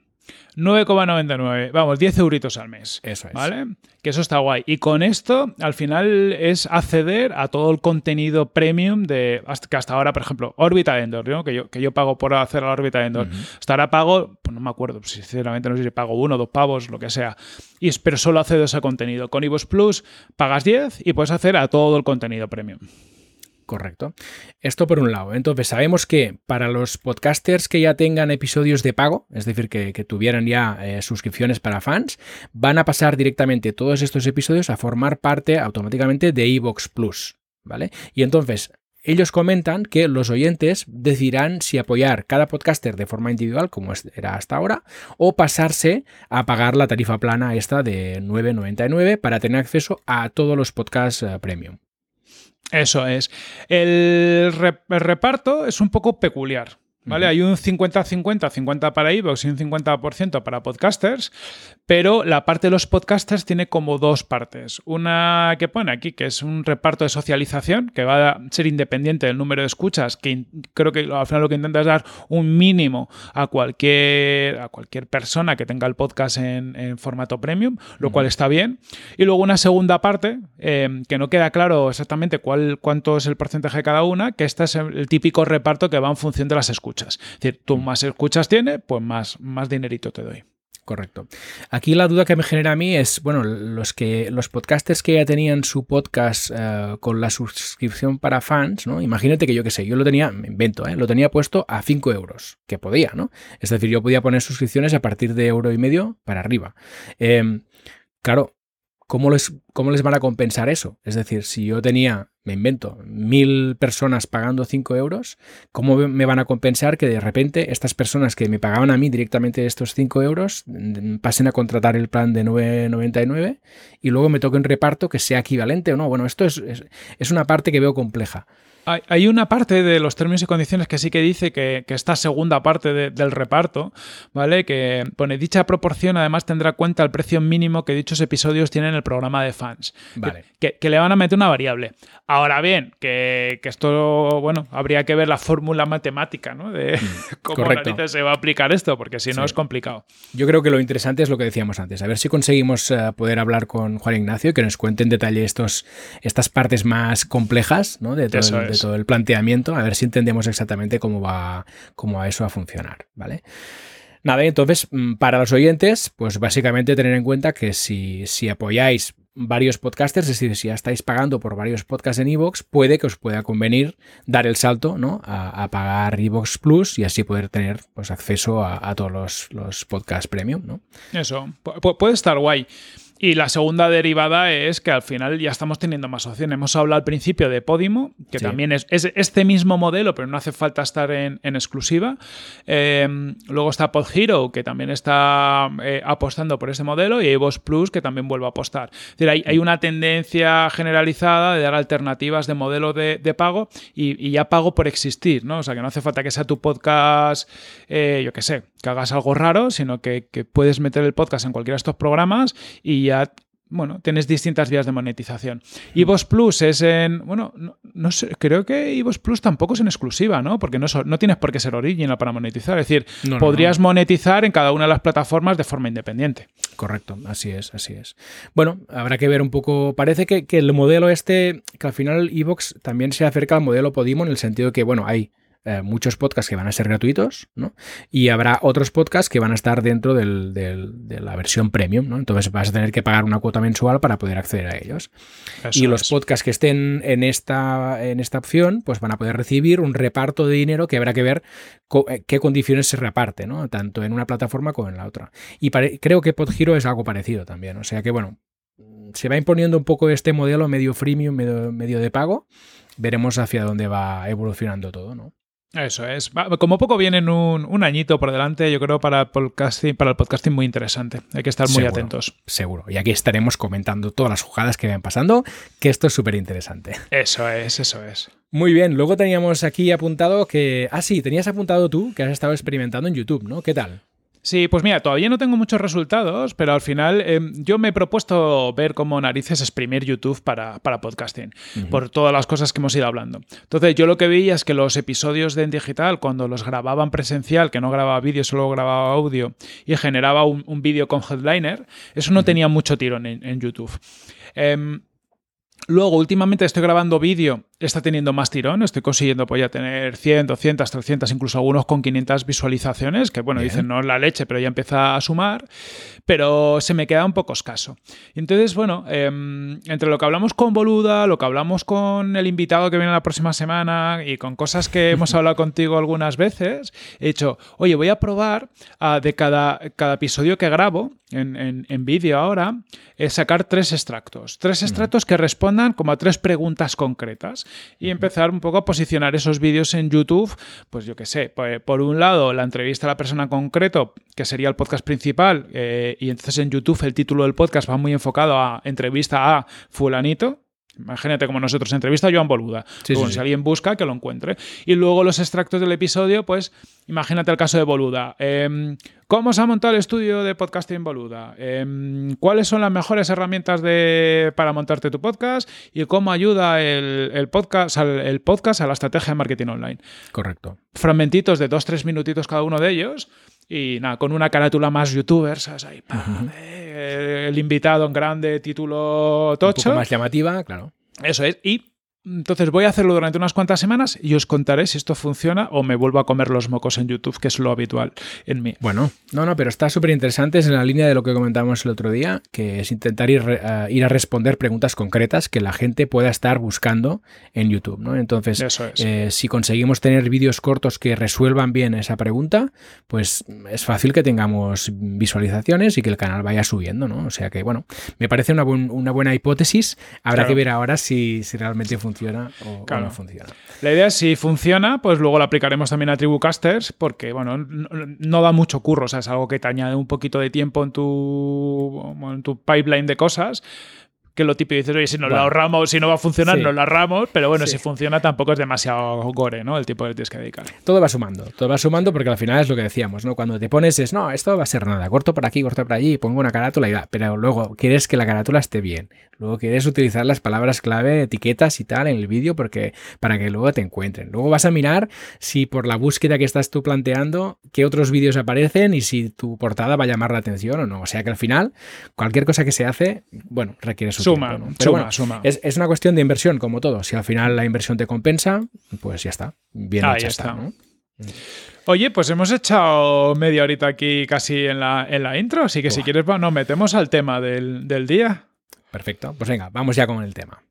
9,99, vamos, 10 euritos al mes. Eso es. ¿Vale? Que eso está guay. Y con esto, al final, es acceder a todo el contenido premium que hasta ahora, por ejemplo, Órbita Endor, ¿no? que yo pago por hacer la Órbita Endor. Hasta ahora pago, pues no me acuerdo, sinceramente no sé si pago 1 o 2 pavos, lo que sea. Pero solo accedo a ese contenido. Con iVoox Plus pagas 10 y puedes acceder a todo el contenido premium. Correcto. Esto por un lado. Entonces, sabemos que para los podcasters que ya tengan episodios de pago, es decir, que tuvieran ya suscripciones para fans, van a pasar directamente todos estos episodios a formar parte automáticamente de iVoox Plus, ¿vale? Y entonces, ellos comentan que los oyentes decidirán si apoyar cada podcaster de forma individual, como era hasta ahora, o pasarse a pagar la tarifa plana esta de 9,99 para tener acceso a todos los podcasts premium. Eso es. El reparto es un poco peculiar, ¿vale? Hay un 50-50, 50 para iVoox y un 50% para podcasters, pero la parte de los podcasters tiene como dos partes. Una que pone aquí, que es un reparto de socialización, que va a ser independiente del número de escuchas, que creo que al final lo que intenta es dar un mínimo a cualquier persona que tenga el podcast en formato premium, lo cual está bien. Y luego una segunda parte, que no queda claro exactamente cuánto es el porcentaje de cada una, que este es el típico reparto que va en función de las escuchas. Es decir, tú más escuchas tienes, pues más dinerito te doy. Correcto. Aquí la duda que me genera a mí es, bueno, los podcasters que ya tenían su podcast con la suscripción para fans, ¿no? Imagínate que yo lo tenía, me invento, lo tenía puesto a 5 euros, que podía, ¿no? Es decir, yo podía poner suscripciones a partir de €1,50 para arriba. Claro, ¿cómo les van a compensar eso? Es decir, si yo tenía, me invento, 1.000 personas pagando 5 euros, ¿cómo me van a compensar que de repente estas personas que me pagaban a mí directamente estos 5 euros pasen a contratar el plan de 9,99 y luego me toque un reparto que sea equivalente o no? Bueno, esto es una parte que veo compleja. Hay una parte de los términos y condiciones que sí que dice que esta segunda parte del reparto, ¿vale? Que pone, dicha proporción además tendrá en cuenta el precio mínimo que dichos episodios tienen en el programa de fans. Vale. Que le van a meter una variable. Ahora bien, que esto, bueno, habría que ver la fórmula matemática, ¿no? De cómo narices se va a aplicar esto, porque si no es complicado. Yo creo que lo interesante es lo que decíamos antes. A ver si conseguimos poder hablar con Juan Ignacio y que nos cuente en detalle estas partes más complejas, ¿no? De todo el planteamiento, a ver si entendemos exactamente cómo va eso a funcionar, ¿vale? Nada, entonces, para los oyentes, pues básicamente tener en cuenta que si apoyáis varios podcasters, es decir, si ya estáis pagando por varios podcasts en iVoox, puede que os pueda convenir dar el salto, ¿no? a pagar iVoox Plus y así poder tener pues acceso a todos los podcasts premium, ¿no? Eso, puede estar guay. Y la segunda derivada es que al final ya estamos teniendo más opciones. Hemos hablado al principio de Podimo, que también es este mismo modelo, pero no hace falta estar en exclusiva. Luego está PodHero, que también está apostando por ese modelo, y iVoox Plus, que también vuelve a apostar. Es decir, hay una tendencia generalizada de dar alternativas de modelo de pago y ya pago por existir, ¿no? O sea, que no hace falta que sea tu podcast, yo qué sé, que hagas algo raro, sino que puedes meter el podcast en cualquiera de estos programas y ya bueno, tienes distintas vías de monetización. iVoox Plus es en... Bueno, no sé, creo que iVoox Plus tampoco es en exclusiva, ¿no? Porque no tienes por qué ser original para monetizar. Es decir, podrías monetizar en cada una de las plataformas de forma independiente. Correcto, así es. Bueno, habrá que ver un poco... Parece que el modelo que al final iVoox también se acerca al modelo Podimo en el sentido de que, bueno, hay muchos podcasts que van a ser gratuitos, ¿no? Y habrá otros podcasts que van a estar dentro de la versión premium, ¿no? Entonces vas a tener que pagar una cuota mensual para poder acceder a ellos. Y los podcasts que estén en esta opción, pues van a poder recibir un reparto de dinero que habrá que ver qué condiciones se reparte, ¿no? Tanto en una plataforma como en la otra. Y creo que Podhero es algo parecido también. O sea que, bueno, se va imponiendo un poco este modelo medio freemium, medio de pago. Veremos hacia dónde va evolucionando todo, ¿no? Eso es. Como poco vienen un añito por delante, yo creo, para el podcasting muy interesante. Hay que estar muy atentos. Seguro. Y aquí estaremos comentando todas las jugadas que vayan pasando, que esto es súper interesante. Eso es. Muy bien. Luego teníamos aquí apuntado que... Ah, sí, tenías apuntado tú que has estado experimentando en YouTube, ¿no? ¿Qué tal? Sí, pues mira, todavía no tengo muchos resultados, pero al final yo me he propuesto ver cómo narices exprimir YouTube para podcasting, por todas las cosas que hemos ido hablando. Entonces, yo lo que veía es que los episodios de En Digital, cuando los grababan presencial, que no grababa vídeo, solo grababa audio, y generaba un vídeo con headliner, eso no tenía mucho tirón en YouTube. Luego, últimamente estoy grabando vídeo, está teniendo más tirón, estoy consiguiendo pues ya tener 100, 200, 300, incluso algunos con 500 visualizaciones, que bueno, dicen no es la leche, pero ya empieza a sumar, pero se me queda un poco escaso. Y entonces, bueno, entre lo que hablamos con Boluda, lo que hablamos con el invitado que viene la próxima semana y con cosas que hemos hablado contigo algunas veces, he dicho, oye, voy a probar de cada episodio que grabo en vídeo ahora, sacar 3 extractos. 3 extractos que respondan como a 3 preguntas concretas y empezar un poco a posicionar esos vídeos en YouTube, pues yo qué sé, por un lado la entrevista a la persona en concreto, que sería el podcast principal, y entonces en YouTube el título del podcast va muy enfocado a entrevista a fulanito. Imagínate como nosotros, entrevista a Joan Boluda. Si alguien busca, que lo encuentre. Y luego los extractos del episodio, pues imagínate el caso de Boluda. ¿Cómo se ha montado el estudio de podcasting Boluda? ¿Cuáles son las mejores herramientas para montarte tu podcast? ¿Y cómo ayuda el podcast a la estrategia de marketing online? Correcto. Fragmentitos de 2-3 minutitos cada uno de ellos. Y nada, con una carátula más youtuber, ¿sabes? Ahí, el invitado en grande, título tocho. Un poco más llamativa, claro. Eso es. Y entonces voy a hacerlo durante unas cuantas semanas y os contaré si esto funciona o me vuelvo a comer los mocos en YouTube, que es lo habitual en mí. Bueno, no, pero está súper interesante. Es en la línea de lo que comentábamos el otro día, que es intentar ir a responder preguntas concretas que la gente pueda estar buscando en YouTube, ¿no? Entonces, eso es. Si conseguimos tener vídeos cortos que resuelvan bien esa pregunta, pues es fácil que tengamos visualizaciones y que el canal vaya subiendo, ¿no? O sea que, bueno, me parece una buena hipótesis. Habrá que ver ahora si realmente funciona o no funciona. La idea es, si funciona, pues luego lo aplicaremos también a Tribucasters, porque bueno, no da mucho curro, o sea, es algo que te añade un poquito de tiempo en tu pipeline de cosas, que lo típico dices, oye, si nos lo ahorramos, si no va a funcionar, nos lo ahorramos, pero bueno, si funciona tampoco es demasiado gore, ¿no? El tiempo que tienes que dedicar. Todo va sumando porque al final es lo que decíamos, ¿no? Cuando te pones esto va a ser nada, corto por aquí, corto por allí, pongo una carátula y va, pero luego quieres que la carátula esté bien, luego quieres utilizar las palabras clave, etiquetas y tal en el vídeo para que luego te encuentren. Luego vas a mirar si por la búsqueda que estás tú planteando, qué otros vídeos aparecen y si tu portada va a llamar la atención o no. O sea que al final, cualquier cosa que se hace, bueno, requiere su tiempo, ¿no? Pero suma. Es una cuestión de inversión, como todo. Si al final la inversión te compensa, pues ya está. Bien hecha está, ¿no? Oye, pues hemos echado media horita aquí casi en la intro, así que si quieres nos metemos al tema del día. Perfecto. Pues venga, vamos ya con el tema.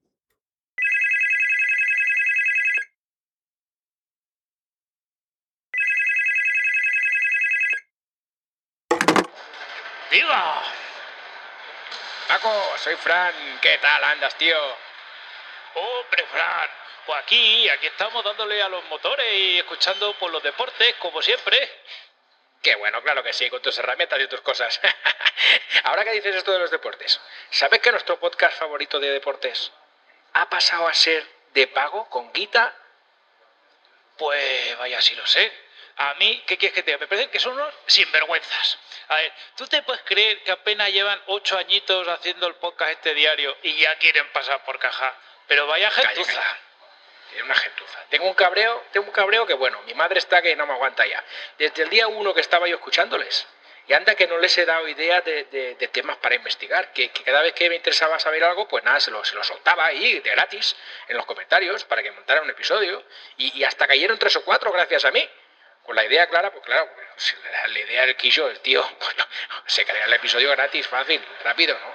¡Viva! Paco, soy Fran. ¿Qué tal andas, tío? Hombre, Fran, pues aquí estamos dándole a los motores y escuchando por los deportes, como siempre. Qué bueno, claro que sí, con tus herramientas y tus cosas. Ahora que dices esto de los deportes, ¿sabes que nuestro podcast favorito de deportes ha pasado a ser de pago con Guita? Pues vaya, sí lo sé. A mí, ¿qué quieres que te diga? Me parece que son unos sinvergüenzas. A ver, ¿tú te puedes creer que apenas llevan 8 añitos haciendo el podcast este diario y ya quieren pasar por caja? Pero vaya gentuza. Calla. Es una gentuza. Tengo un cabreo que, bueno, mi madre está que no me aguanta ya. Desde el día 1 que estaba yo escuchándoles. Y anda que no les he dado ideas de temas para investigar. Que cada vez que me interesaba saber algo, pues nada, se lo soltaba ahí de gratis en los comentarios para que montaran un episodio. Y hasta cayeron 3 o 4 gracias a mí. Con la idea clara, pues claro, si le das la idea del quillo, el tío, bueno, se crea el episodio gratis, fácil, rápido, ¿no?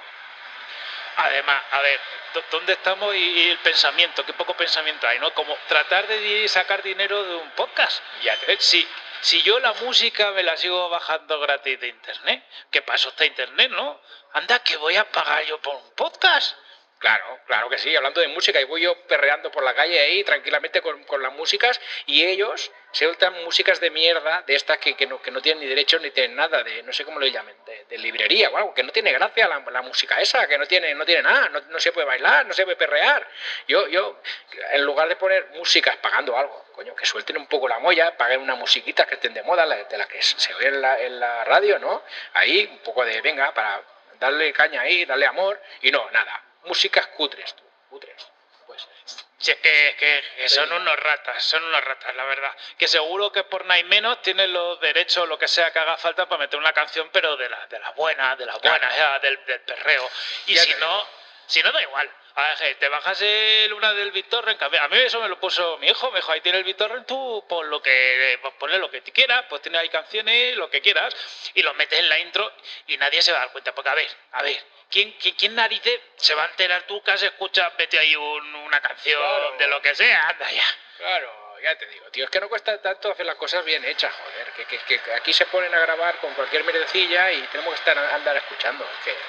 Además, a ver, ¿dónde estamos y el pensamiento? Qué poco pensamiento hay, ¿no? Como tratar de sacar dinero de un podcast. Ya te... Si yo la música me la sigo bajando gratis de internet, ¿qué pasó está internet, no? Anda, que voy a pagar yo por un podcast. Claro que sí, hablando de música, y voy yo perreando por la calle ahí tranquilamente con las músicas, y ellos se sueltan músicas de mierda, de estas que no tienen ni derechos ni tienen nada, de no sé cómo lo llamen, de librería o algo, que no tiene gracia la música esa, que no tiene nada, no se puede bailar, no se puede perrear. Yo, en lugar de poner músicas pagando algo, coño, que suelten un poco la molla, paguen unas musiquitas que estén de moda, de las que se oye en la radio, ¿no? Ahí un poco de, venga, para darle caña ahí, darle amor, y no, nada. Músicas cutres, pues. Si es que son unos ratas, la verdad. Que seguro que por nada y menos tienen los derechos, lo que sea que haga falta para meter una canción, pero de las buenas, claro. Del perreo. Y si no da igual. A ver, te bajas una del BitTorrent, a mí eso me lo puso mi hijo, me dijo, ahí tiene el BitTorrent, tú ponle lo que quieras, pues tienes ahí canciones, lo que quieras, y lo metes en la intro y nadie se va a dar cuenta, porque a ver, ¿quién narices se va a enterar tú que has escuchado, mete ahí una canción, claro, de lo que sea, anda ya? Claro, ya te digo, tío, es que no cuesta tanto hacer las cosas bien hechas, joder, que aquí se ponen a grabar con cualquier mierdecilla y tenemos que andar escuchando, es que...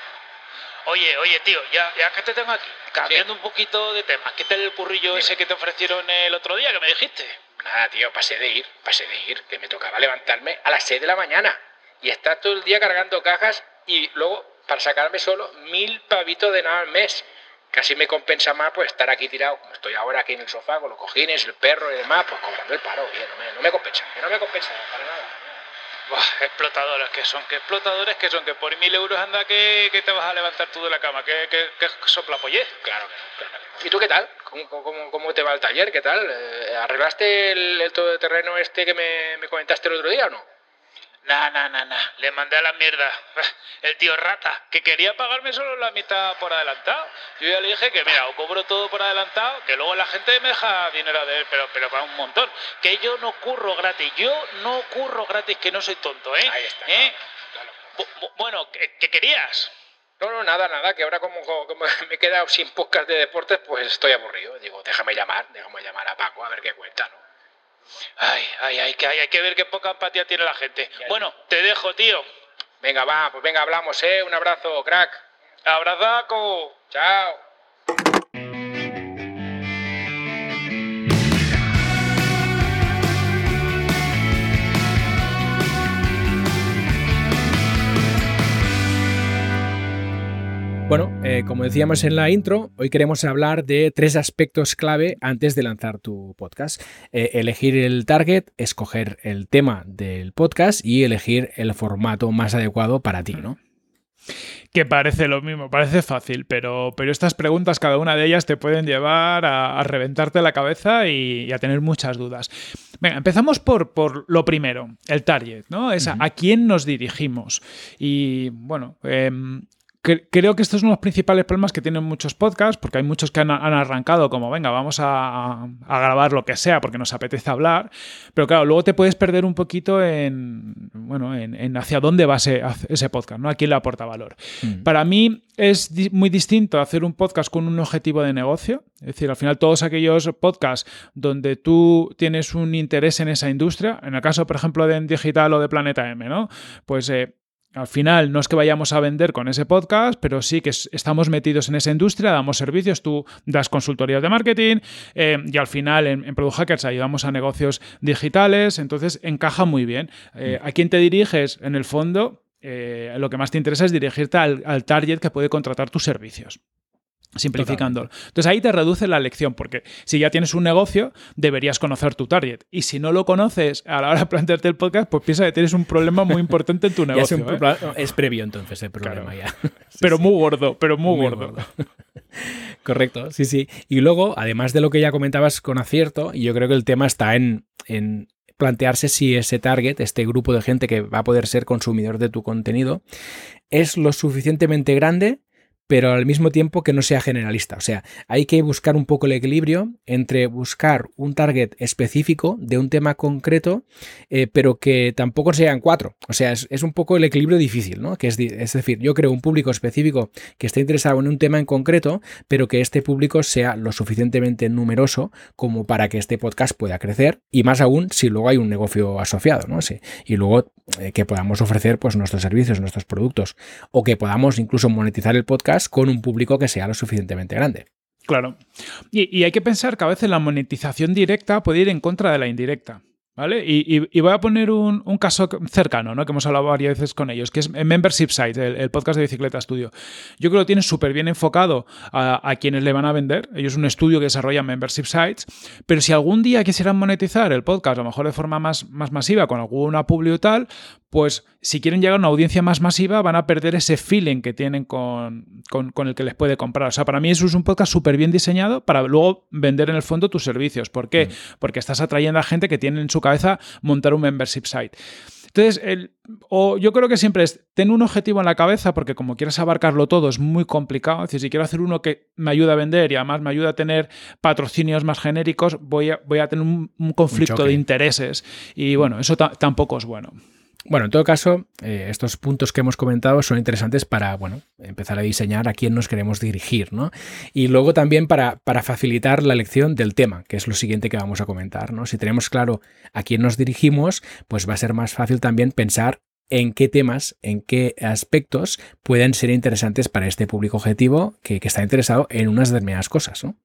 Oye, tío, ya que te tengo aquí, cambiando un poquito de tema, ¿qué tal el currillo ese que te ofrecieron el otro día que me dijiste? Nada, tío, pasé de ir, que me tocaba levantarme a las 6 de la mañana y estar todo el día cargando cajas y luego, para sacarme solo 1000 pavitos de nada al mes. Casi me compensa más pues estar aquí tirado, como estoy ahora aquí en el sofá con los cojines, el perro y demás, pues cobrando el paro. Oye, no me compensa para nada. Buah, explotadores que son, que por 1000 euros anda que te vas a levantar tú de la cama, que soplapollez. Claro. ¿Y tú qué tal? ¿Cómo te va el taller? ¿Qué tal? ¿Arreglaste el todoterreno este que me comentaste el otro día o no? Nah. Le mandé a la mierda. El tío rata, que quería pagarme solo la mitad por adelantado. Yo ya le dije que mira, o cobro todo por adelantado, que luego la gente me deja dinero de él, pero para un montón. Que yo no curro gratis, que no soy tonto, ¿eh? Ahí está. ¿Eh? Claro. Bueno, ¿qué querías? No, nada, que ahora como me he quedado sin podcast de deportes, pues estoy aburrido. Digo, déjame llamar a Paco a ver qué cuenta, ¿no? Hay que ver qué poca empatía tiene la gente. Bueno, te dejo, tío. Venga, hablamos, un abrazo, crack. Abrazaco. Chao. Bueno, como decíamos en la intro, hoy queremos hablar de 3 aspectos clave antes de lanzar tu podcast. Elegir el target, escoger el tema del podcast y elegir el formato más adecuado para ti, ¿no? Que parece lo mismo, parece fácil, pero estas preguntas, cada una de ellas te pueden llevar a reventarte la cabeza y a tener muchas dudas. Venga, empezamos por lo primero, el target, ¿no? Es a quién nos dirigimos. Y bueno, creo que estos son los principales problemas que tienen muchos podcasts, porque hay muchos que han arrancado como, venga, vamos a grabar lo que sea porque nos apetece hablar, pero claro, luego te puedes perder un poquito en hacia dónde va ese podcast, ¿no? ¿A quién le aporta valor? Para mí es muy distinto hacer un podcast con un objetivo de negocio, es decir, al final todos aquellos podcasts donde tú tienes un interés en esa industria, en el caso, por ejemplo, de En Digital o de Planeta M, ¿no? Pues al final no es que vayamos a vender con ese podcast, pero sí que estamos metidos en esa industria, damos servicios, tú das consultorías de marketing y al final en Product Hackers ayudamos a negocios digitales, entonces encaja muy bien. ¿A quién te diriges? En el fondo, lo que más te interesa es dirigirte al target que puede contratar tus servicios. simplificándolo. Entonces ahí te reduce la elección, porque si ya tienes un negocio, deberías conocer tu target. Y si no lo conoces a la hora de plantearte el podcast, pues piensa que tienes un problema muy importante en tu negocio. Es previo entonces el problema, claro. Ya. Pero sí, muy gordo, pero muy gordo. Correcto, sí. Y luego, además de lo que ya comentabas con acierto, yo creo que el tema está en plantearse si ese target, este grupo de gente que va a poder ser consumidor de tu contenido, es lo suficientemente grande, pero al mismo tiempo que no sea generalista. O sea, hay que buscar un poco el equilibrio entre buscar un target específico de un tema concreto, pero que tampoco sean 4. O sea, es un poco el equilibrio difícil, ¿no? Que es decir, yo creo un público específico que esté interesado en un tema en concreto, pero que este público sea lo suficientemente numeroso como para que este podcast pueda crecer, y más aún si luego hay un negocio asociado, ¿no? Sí. Y luego que podamos ofrecer pues nuestros servicios, nuestros productos, o que podamos incluso monetizar el podcast con un público que sea lo suficientemente grande. Claro. Y hay que pensar que a veces la monetización directa puede ir en contra de la indirecta, ¿vale? Y voy a poner un caso cercano, ¿no? Que hemos hablado varias veces con ellos, que es Membership Site, el podcast de Bicicleta Studio. Yo creo que lo tienen súper bien enfocado a quienes le van a vender. Ellos es un estudio que desarrolla Membership Sites, pero si algún día quisieran monetizar el podcast, a lo mejor de forma más masiva, con alguna publi o tal, pues si quieren llegar a una audiencia más masiva van a perder ese feeling que tienen con el que les puede comprar. O sea, para mí eso es un podcast súper bien diseñado para luego vender en el fondo tus servicios. ¿Por qué? Porque estás atrayendo a gente que tiene en su cabeza montar un membership site. Entonces, yo creo que siempre es ten un objetivo en la cabeza, porque como quieras abarcarlo todo es muy complicado. Es decir, si quiero hacer uno que me ayude a vender y además me ayude a tener patrocinios más genéricos, voy a tener un conflicto de intereses. Y bueno, eso tampoco es bueno. Bueno, en todo caso, estos puntos que hemos comentado son interesantes para, empezar a diseñar a quién nos queremos dirigir, ¿no? Y luego también para facilitar la elección del tema, que es lo siguiente que vamos a comentar, ¿no? Si tenemos claro a quién nos dirigimos, pues va a ser más fácil también pensar en qué temas, en qué aspectos pueden ser interesantes para este público objetivo que está interesado en unas determinadas cosas, ¿no?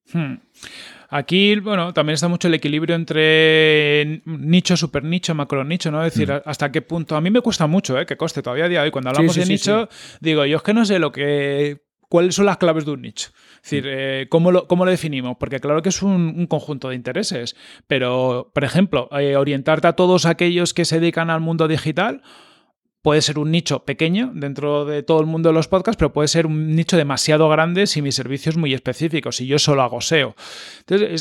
Aquí, también está mucho el equilibrio entre nicho, super nicho, macro nicho, ¿no? Es decir, hasta qué punto. A mí me cuesta mucho, que coste todavía a día de hoy. Cuando hablamos de nicho, digo, yo es que no sé cuáles son las claves de un nicho. Es decir, ¿cómo lo definimos? Porque claro que es un conjunto de intereses, pero, por ejemplo, orientarte a todos aquellos que se dedican al mundo digital puede ser un nicho pequeño dentro de todo el mundo de los podcasts, pero puede ser un nicho demasiado grande si mi servicio es muy específico, si yo solo hago SEO. Entonces,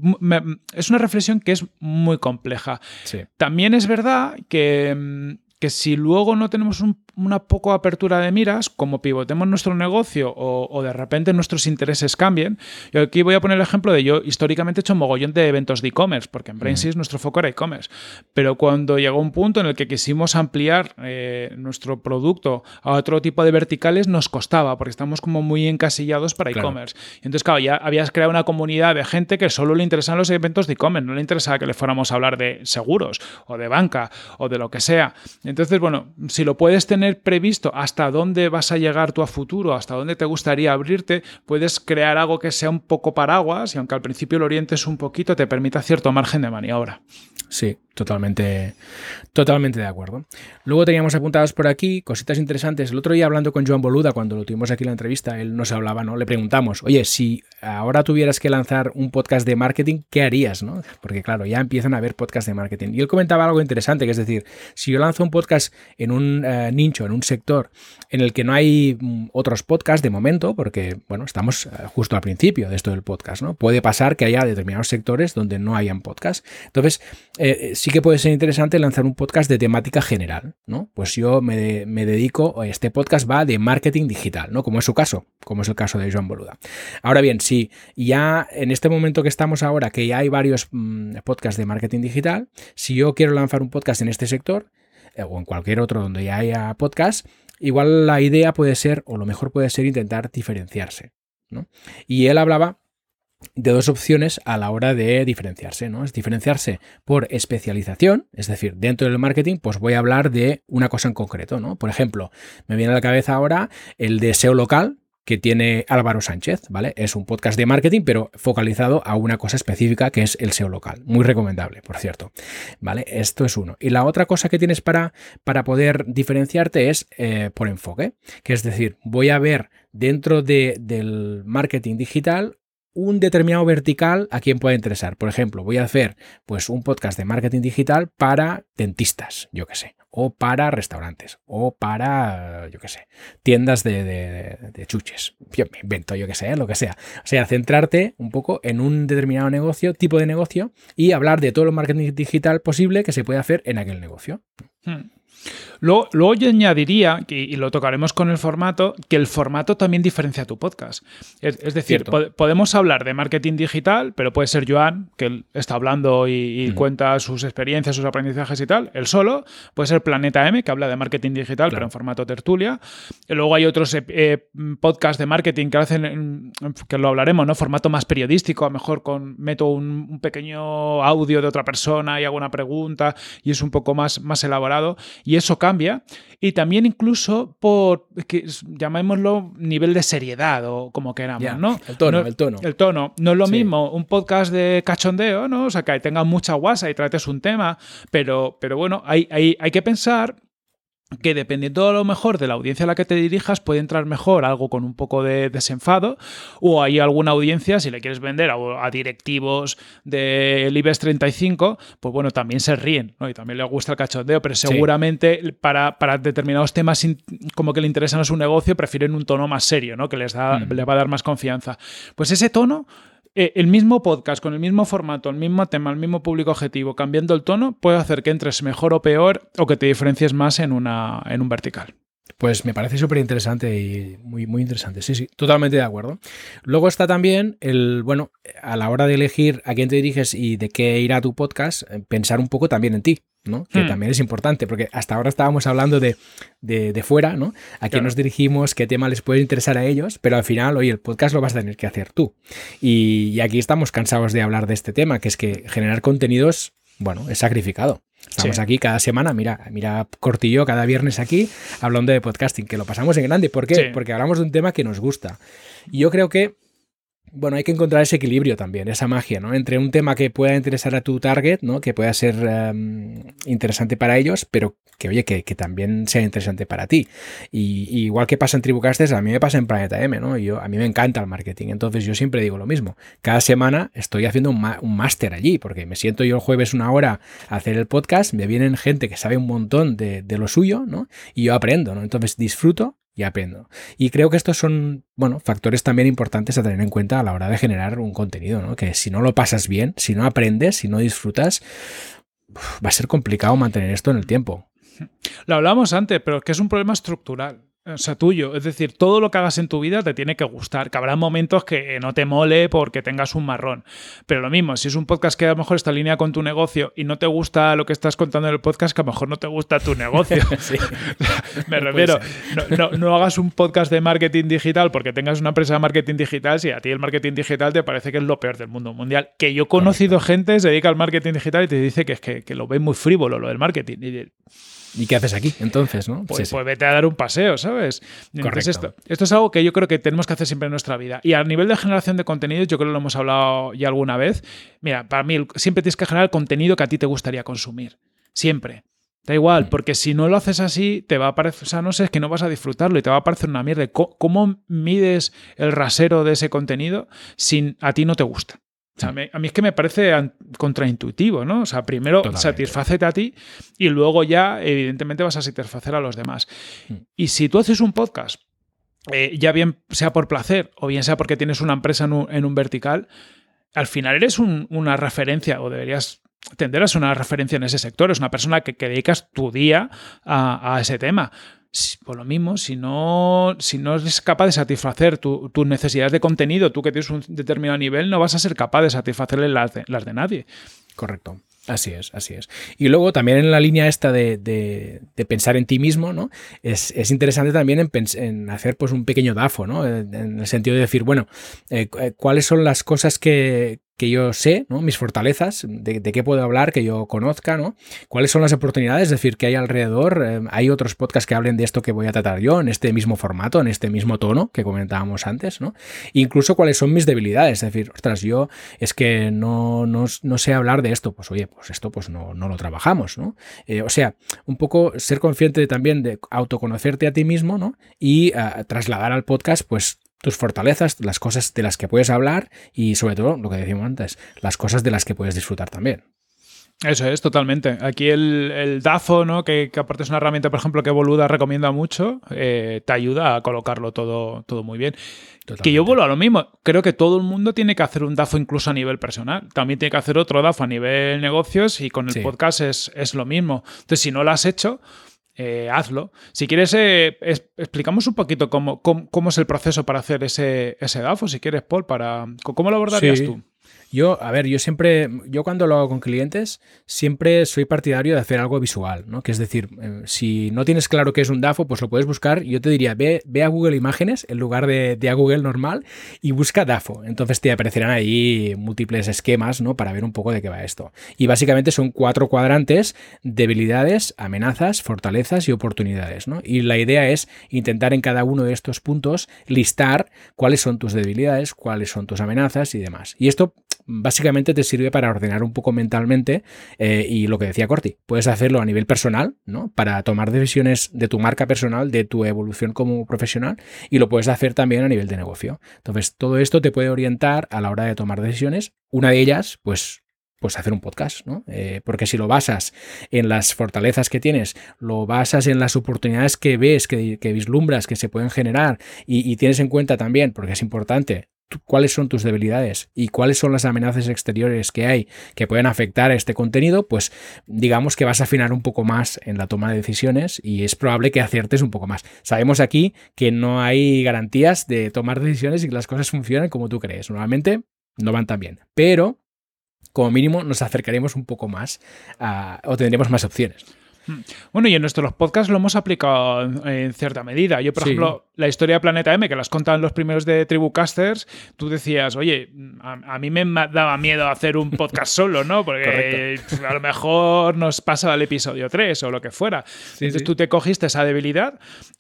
es una reflexión que es muy compleja. Sí. También es verdad que si luego no tenemos una poca apertura de miras, como pivotemos nuestro negocio o de repente nuestros intereses cambien. Yo aquí voy a poner el ejemplo de yo históricamente he hecho un mogollón de eventos de e-commerce, porque en Brainsys nuestro foco era e-commerce. Pero cuando llegó un punto en el que quisimos ampliar nuestro producto a otro tipo de verticales, nos costaba, porque estamos como muy encasillados para e-commerce. Y entonces, claro, ya habías creado una comunidad de gente que solo le interesaban los eventos de e-commerce, no le interesaba que le fuéramos a hablar de seguros o de banca o de lo que sea. Entonces, si lo puedes tener previsto hasta dónde vas a llegar tú a futuro, hasta dónde te gustaría abrirte, puedes crear algo que sea un poco paraguas y aunque al principio lo orientes un poquito, te permita cierto margen de maniobra. Sí, totalmente de acuerdo. Luego teníamos apuntadas por aquí cositas interesantes. El otro día hablando con Joan Boluda, cuando lo tuvimos aquí en la entrevista, él nos hablaba, ¿no? Le preguntamos, oye, si ahora tuvieras que lanzar un podcast de marketing, ¿qué harías, no? Porque claro, ya empiezan a haber podcasts de marketing. Y él comentaba algo interesante, que es decir, si yo lanzo un podcast en un nicho, en un sector en el que no hay otros podcasts de momento, porque, estamos justo al principio de esto del podcast, ¿no? Puede pasar que haya determinados sectores donde no hayan podcasts. Entonces, sí que puede ser interesante lanzar un podcast de temática general, ¿no? Pues yo me dedico, este podcast va de marketing digital, ¿no? Como es su caso, como es el caso de Joan Boluda. Ahora bien, si ya en este momento que estamos ahora, que ya hay varios podcasts de marketing digital, si yo quiero lanzar un podcast en este sector, o en cualquier otro donde ya haya podcast, igual la idea puede ser, o lo mejor puede ser intentar diferenciarse, ¿no? Y él hablaba de dos opciones a la hora de diferenciarse, ¿no? Es diferenciarse por especialización, es decir, dentro del marketing, pues voy a hablar de una cosa en concreto, ¿no? Por ejemplo, me viene a la cabeza ahora el de SEO local, que tiene Álvaro Sánchez, ¿vale? Es un podcast de marketing, pero focalizado a una cosa específica que es el SEO local. Muy recomendable, por cierto, ¿vale? Esto es uno. Y la otra cosa que tienes para poder diferenciarte es por enfoque, que es decir, voy a ver dentro del marketing digital un determinado vertical a quien pueda interesar. Por ejemplo, voy a hacer pues un podcast de marketing digital para dentistas, yo qué sé, o para restaurantes, o para, yo qué sé, tiendas de chuches. Yo me invento, yo qué sé, lo que sea. O sea, centrarte un poco en un determinado negocio, tipo de negocio, y hablar de todo el marketing digital posible que se puede hacer en aquel negocio. Luego yo añadiría, y lo tocaremos con el formato, que el formato también diferencia tu podcast. Es decir, podemos hablar de marketing digital, pero puede ser Joan, que él está hablando y cuenta sus experiencias, sus aprendizajes y tal, él solo. Puede ser Planeta M, que habla de marketing digital, pero en formato tertulia. Y luego hay otros podcasts de marketing que hacen, que lo hablaremos, ¿no? Formato más periodístico, a lo mejor meto un pequeño audio de otra persona y hago una pregunta y es un poco más elaborado. Y eso cambia, y también incluso por, llamémoslo, nivel de seriedad o como queramos, ¿no? El tono. No es lo mismo un podcast de cachondeo, ¿no? O sea, que tenga mucha guasa y trates un tema, pero bueno, hay que pensar que dependiendo a lo mejor de la audiencia a la que te dirijas puede entrar mejor algo con un poco de desenfado, o hay alguna audiencia, si le quieres vender a directivos del IBEX 35, pues bueno, también se ríen, ¿no? Y también les gusta el cachondeo, pero seguramente para determinados temas como que le interesan a su negocio prefieren un tono más serio, ¿no? Que les va a dar más confianza. Pues ese tono, el mismo podcast, con el mismo formato, el mismo tema, el mismo público objetivo, cambiando el tono, puede hacer que entres mejor o peor o que te diferencies más en un vertical. Pues me parece súper interesante y muy, muy interesante. Sí, totalmente de acuerdo. Luego está también a la hora de elegir a quién te diriges y de qué irá tu podcast, pensar un poco también en ti, ¿no? Que también es importante, porque hasta ahora estábamos hablando de fuera, ¿no? A quién nos dirigimos, qué tema les puede interesar a ellos, pero al final, oye, el podcast lo vas a tener que hacer tú. Y aquí estamos cansados de hablar de este tema, que es que generar contenidos, bueno, es sacrificado. Estamos aquí cada semana, mira Cortillo cada viernes aquí hablando de podcasting, que lo pasamos en grande. ¿Por qué? Sí. Porque hablamos de un tema que nos gusta. Y yo creo que hay que encontrar ese equilibrio también, esa magia, ¿no? Entre un tema que pueda interesar a tu target, ¿no? Que pueda ser interesante para ellos, pero que, oye, que también sea interesante para ti. Y igual que pasa en Tribucasters, a mí me pasa en Planeta M, ¿no? A mí me encanta el marketing, entonces yo siempre digo lo mismo. Cada semana estoy haciendo un máster allí, porque me siento yo el jueves una hora a hacer el podcast, me vienen gente que sabe un montón de lo suyo, ¿no? Y yo aprendo, ¿no? Entonces disfruto y aprendo. Y creo que estos son, factores también importantes a tener en cuenta a la hora de generar un contenido, ¿no? Que si no lo pasas bien, si no aprendes, si no disfrutas, va a ser complicado mantener esto en el tiempo. Lo hablamos antes, pero es que es un problema estructural. O sea, tuyo. Es decir, todo lo que hagas en tu vida te tiene que gustar. Que habrá momentos que no te mole porque tengas un marrón. Pero lo mismo, si es un podcast que a lo mejor está en línea con tu negocio y no te gusta lo que estás contando en el podcast, que a lo mejor no te gusta tu negocio. Sí. Me refiero, no hagas un podcast de marketing digital porque tengas una empresa de marketing digital si a ti el marketing digital te parece que es lo peor del mundo mundial. Que yo he conocido gente que se dedica al marketing digital y te dice que es que lo ven muy frívolo lo del marketing. ¿Y qué haces aquí entonces, no? Pues vete a dar un paseo, ¿sabes? Entonces esto es algo que yo creo que tenemos que hacer siempre en nuestra vida. Y a nivel de generación de contenidos, yo creo que lo hemos hablado ya alguna vez. Mira, para mí siempre tienes que generar el contenido que a ti te gustaría consumir. Siempre. Da igual, porque si no lo haces así, te va a parecer, o sea, no sé, es que no vas a disfrutarlo y te va a parecer una mierda. ¿Cómo mides el rasero de ese contenido si a ti no te gusta? O sea, a mí es que me parece contraintuitivo, ¿no? O sea, primero satisfácete a ti y luego ya, evidentemente, vas a satisfacer a los demás. Y si tú haces un podcast, ya bien sea por placer o bien sea porque tienes una empresa en un vertical, al final eres una referencia o deberías tender a ser una referencia en ese sector. Es una persona que dedicas tu día a ese tema. Por lo mismo, si no eres capaz de satisfacer tus necesidades de contenido, tú que tienes un determinado nivel, no vas a ser capaz de satisfacerle las de nadie. Correcto. Así es. Y luego también en la línea esta de pensar en ti mismo, ¿no? Es interesante también en hacer pues un pequeño DAFO, ¿no? En el sentido de decir, ¿cuáles son las cosas que que yo sé, ¿no? Mis fortalezas, de qué puedo hablar, que yo conozca, ¿no? Cuáles son las oportunidades, es decir, que hay alrededor. Hay otros podcasts que hablen de esto que voy a tratar yo, en este mismo formato, en este mismo tono que comentábamos antes, ¿no? Incluso cuáles son mis debilidades, es decir, ostras, yo es que no sé hablar de esto, pues oye, pues esto pues no lo trabajamos, ¿no? O sea, un poco ser consciente también de autoconocerte a ti mismo, ¿no? Y trasladar al podcast, pues, tus fortalezas, las cosas de las que puedes hablar y sobre todo, lo que decíamos antes, las cosas de las que puedes disfrutar también. Eso es, totalmente. Aquí el DAFO, ¿no? Que aparte es una herramienta, por ejemplo, que Boluda recomienda mucho, te ayuda a colocarlo todo muy bien. Totalmente. Que yo vuelvo a lo mismo. Creo que todo el mundo tiene que hacer un DAFO incluso a nivel personal. También tiene que hacer otro DAFO a nivel negocios y con el podcast es lo mismo. Entonces, si no lo has hecho, hazlo. Si quieres, explicamos un poquito cómo es el proceso para hacer ese DAFO, si quieres, Paul, ¿cómo lo abordarías tú? Yo cuando lo hago con clientes, siempre soy partidario de hacer algo visual, ¿no? Que es decir, si no tienes claro qué es un DAFO, pues lo puedes buscar. Yo te diría, ve a Google Imágenes en lugar de a Google normal y busca DAFO. Entonces te aparecerán ahí múltiples esquemas, ¿no? Para ver un poco de qué va esto. Y básicamente son 4 cuadrantes: debilidades, amenazas, fortalezas y oportunidades, ¿no? Y la idea es intentar en cada uno de estos puntos listar cuáles son tus debilidades, cuáles son tus amenazas y demás. Y esto básicamente te sirve para ordenar un poco mentalmente y lo que decía Corti, puedes hacerlo a nivel personal, ¿no? Para tomar decisiones de tu marca personal, de tu evolución como profesional, y lo puedes hacer también a nivel de negocio. Entonces, todo esto te puede orientar a la hora de tomar decisiones. Una de ellas, pues hacer un podcast, ¿no? Porque si lo basas en las fortalezas que tienes, lo basas en las oportunidades que ves, que vislumbras, que se pueden generar y tienes en cuenta también, porque es importante, cuáles son tus debilidades y cuáles son las amenazas exteriores que hay que pueden afectar a este contenido, pues digamos que vas a afinar un poco más en la toma de decisiones y es probable que aciertes un poco más. Sabemos aquí que no hay garantías de tomar decisiones y que las cosas funcionen como tú crees. Normalmente no van tan bien, pero como mínimo nos acercaremos un poco más o tendremos más opciones. Bueno, y en nuestros podcasts lo hemos aplicado en cierta medida. Yo, por ejemplo, la historia de Planeta M, que las contaban los primeros de Tribucasters, tú decías, oye, a mí me daba miedo hacer un podcast solo, ¿no? Porque a lo mejor nos pasa el episodio 3 o lo que fuera. Entonces tú te cogiste esa debilidad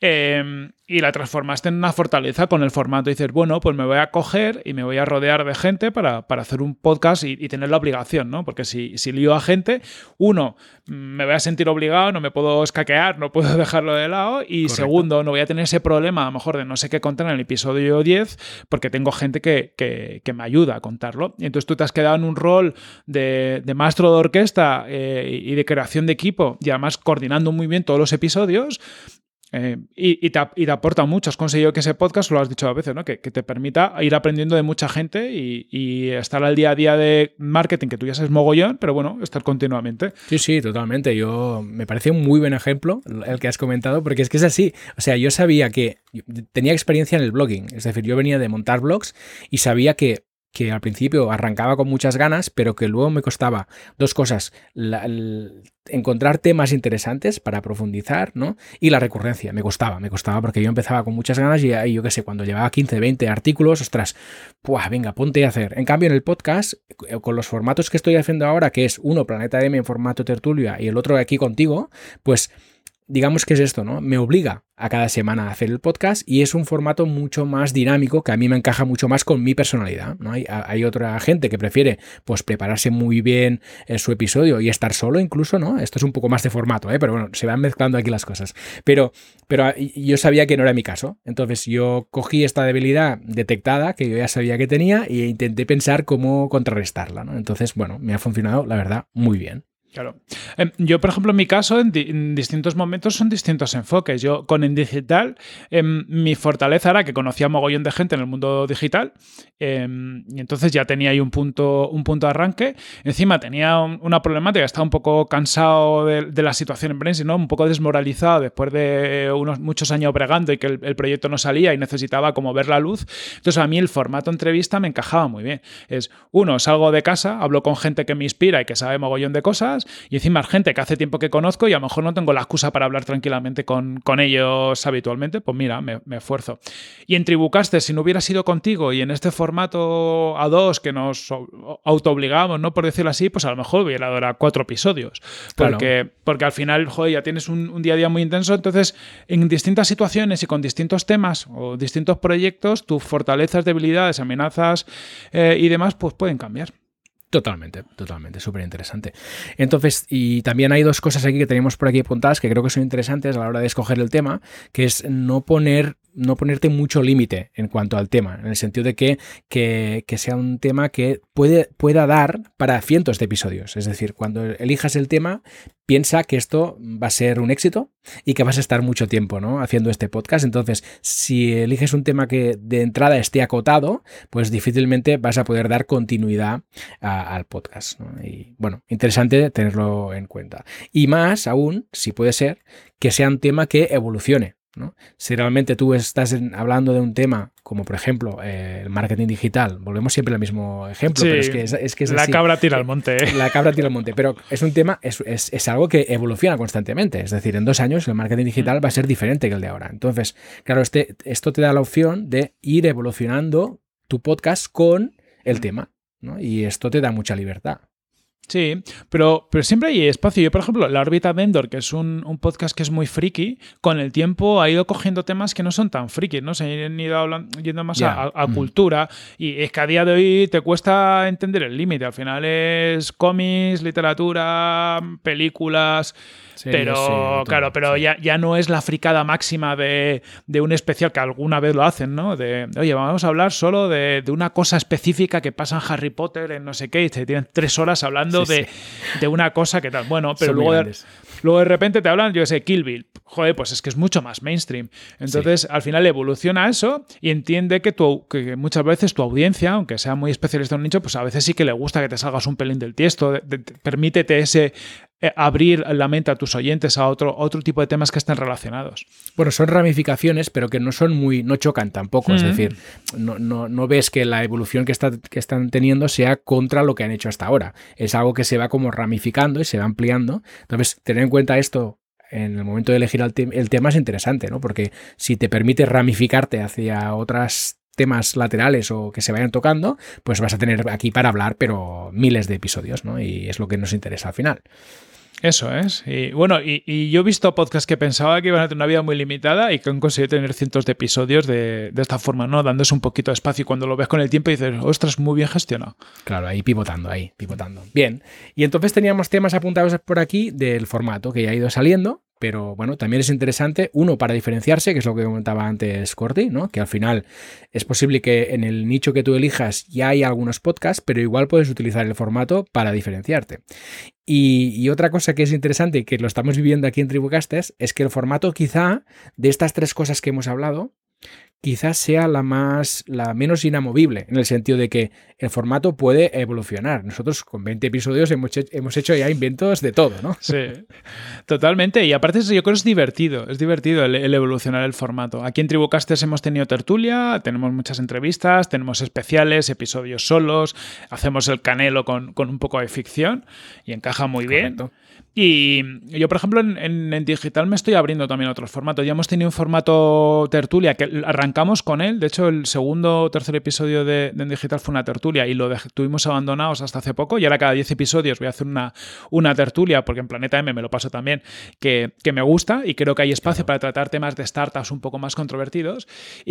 y la transformaste en una fortaleza con el formato. Y dices, bueno, pues me voy a coger y me voy a rodear de gente para hacer un podcast y tener la obligación, ¿no? Porque si lío a gente, uno, me voy a sentir obligado, no me puedo escaquear, no puedo dejarlo de lado, y segundo, no voy a tener ese problema a lo mejor de no sé qué contar en el episodio 10 porque tengo gente que me ayuda a contarlo. Y entonces tú te has quedado en un rol de maestro de orquesta y de creación de equipo y además coordinando muy bien todos los episodios. Y te aporta mucho. Has conseguido que ese podcast, lo has dicho a veces, ¿no? Que te permita ir aprendiendo de mucha gente y estar al día a día de marketing, que tú ya sabes mogollón, pero bueno, estar continuamente. Sí, totalmente. Me parece un muy buen ejemplo el que has comentado, porque es que es así. O sea, yo sabía que tenía experiencia en el blogging, es decir, yo venía de montar blogs y sabía que al principio arrancaba con muchas ganas, pero que luego me costaba dos cosas: encontrar temas interesantes para profundizar, ¿no? Y la recurrencia. Me costaba porque yo empezaba con muchas ganas y yo qué sé, cuando llevaba 15, 20 artículos, ostras, venga, ponte a hacer. En cambio, en el podcast, con los formatos que estoy haciendo ahora, que es uno, Planeta M en formato tertulia, y el otro aquí contigo, pues digamos que es esto, ¿no? Me obliga a cada semana a hacer el podcast y es un formato mucho más dinámico que a mí me encaja mucho más con mi personalidad, ¿no? Hay otra gente que prefiere pues prepararse muy bien su episodio y estar solo incluso, ¿no? Esto es un poco más de formato, pero bueno, se van mezclando aquí las cosas. Pero yo sabía que no era mi caso. Entonces yo cogí esta debilidad detectada que yo ya sabía que tenía e intenté pensar cómo contrarrestarla, ¿no? Entonces, bueno, me ha funcionado, la verdad, muy bien. Claro. Yo, por ejemplo, en mi caso, en distintos momentos son distintos enfoques. Yo, con En Digital, mi fortaleza era que conocía mogollón de gente en el mundo digital y entonces ya tenía ahí un punto de arranque. Encima tenía una problemática, estaba un poco cansado de la situación en Brainzy, ¿no? Un poco desmoralizado después de muchos años bregando y que el proyecto no salía y necesitaba como ver la luz. Entonces, a mí el formato entrevista me encajaba muy bien. Salgo de casa, hablo con gente que me inspira y que sabe mogollón de cosas, podcast y encima es gente que hace tiempo que conozco y a lo mejor no tengo la excusa para hablar tranquilamente con ellos habitualmente, pues mira, me esfuerzo. Y en Tribucaster, si no hubiera sido contigo y en este formato a dos que nos autoobligamos, ¿no? Por decirlo así, pues a lo mejor hubiera dado 4 episodios. Porque al final, joder, ya tienes un día a día muy intenso, entonces en distintas situaciones y con distintos temas o distintos proyectos, tus fortalezas, debilidades, amenazas y demás, pues pueden cambiar. Totalmente, súper interesante. Entonces, y también hay 2 cosas aquí que tenemos por aquí apuntadas que creo que son interesantes a la hora de escoger el tema, que es no ponerte mucho límite en cuanto al tema, en el sentido de que sea un tema que pueda dar para cientos de episodios. Es decir, cuando elijas el tema, piensa que esto va a ser un éxito y que vas a estar mucho tiempo, ¿no?, haciendo este podcast. Entonces, si eliges un tema que de entrada esté acotado, pues difícilmente vas a poder dar continuidad al podcast, ¿no? Y bueno, interesante tenerlo en cuenta. Y más aún, si puede ser, que sea un tema que evolucione, ¿no? Si realmente tú estás hablando de un tema como por ejemplo el marketing digital, volvemos siempre al mismo ejemplo, sí, pero es que es la así. Cabra tira al monte. La cabra tira al monte, pero es un tema, es algo que evoluciona constantemente, es decir, en 2 años el marketing digital va a ser diferente que el de ahora. Entonces, claro, esto te da la opción de ir evolucionando tu podcast con el tema, ¿no? Y esto te da mucha libertad. Sí, pero siempre hay espacio. Yo, por ejemplo, La órbita de Endor, que es un podcast que es muy friki, con el tiempo ha ido cogiendo temas que no son tan frikis, ¿no? Se han ido yendo más a cultura, y es que a día de hoy te cuesta entender el límite. Al final es cómics, literatura, películas... Sí, pero claro, pero ya no es la fricada máxima de un especial, que alguna vez lo hacen, ¿no? De, oye, vamos a hablar solo de una cosa específica que pasa en Harry Potter, en no sé qué, y te tienen 3 horas hablando de una cosa que tal. Bueno, pero luego de repente te hablan, yo sé, Kill Bill. Joder, pues es que es mucho más mainstream. Entonces, al final evoluciona eso y entiende que muchas veces tu audiencia, aunque sea muy especialista en un nicho, pues a veces sí que le gusta que te salgas un pelín del tiesto. Permítete abrir la mente a tus oyentes a otro tipo de temas que estén relacionados. Bueno, son ramificaciones, pero que no chocan tampoco. Es decir, no ves que la evolución que están teniendo sea contra lo que han hecho hasta ahora. Es algo que se va como ramificando y se va ampliando. Entonces, tener en cuenta esto en el momento de elegir el tema es interesante, ¿no? Porque si te permite ramificarte hacia otras temas laterales o que se vayan tocando, pues vas a tener aquí para hablar, pero miles de episodios, ¿no? Y es lo que nos interesa al final. Eso es. Y bueno, y yo he visto podcasts que pensaba que iban a tener una vida muy limitada y que han conseguido tener cientos de episodios de esta forma, ¿no? Dándose un poquito de espacio, y cuando lo ves con el tiempo dices, ostras, muy bien gestionado. Claro, ahí pivotando. Bien. Y entonces teníamos temas apuntados por aquí del formato que ya ha ido saliendo. Pero bueno, también es interesante, uno, para diferenciarse, que es lo que comentaba antes Corti, ¿no? Que al final es posible que en el nicho que tú elijas ya hay algunos podcasts, pero igual puedes utilizar el formato para diferenciarte. Y otra cosa que es interesante, que lo estamos viviendo aquí en Tribucasters, es que el formato quizá de estas 3 cosas que hemos hablado, quizás sea la menos inamovible, en el sentido de que el formato puede evolucionar. Nosotros con 20 episodios hemos hecho ya inventos de todo, ¿no? Sí, totalmente. Y aparte yo creo que es divertido el evolucionar el formato. Aquí en Tribucasters hemos tenido tertulia, tenemos muchas entrevistas, tenemos especiales, episodios solos, hacemos el canelo con un poco de ficción y encaja muy bien. Y yo, por ejemplo, en digital me estoy abriendo también a otros formatos. Ya hemos tenido un formato tertulia que arrancamos con él. De hecho, el segundo o tercer episodio de En digital fue una tertulia y lo tuvimos abandonados hasta hace poco. Y ahora cada 10 episodios voy a hacer una tertulia, porque en Planeta M me lo paso también, que me gusta y creo que hay espacio para tratar temas de startups un poco más controvertidos.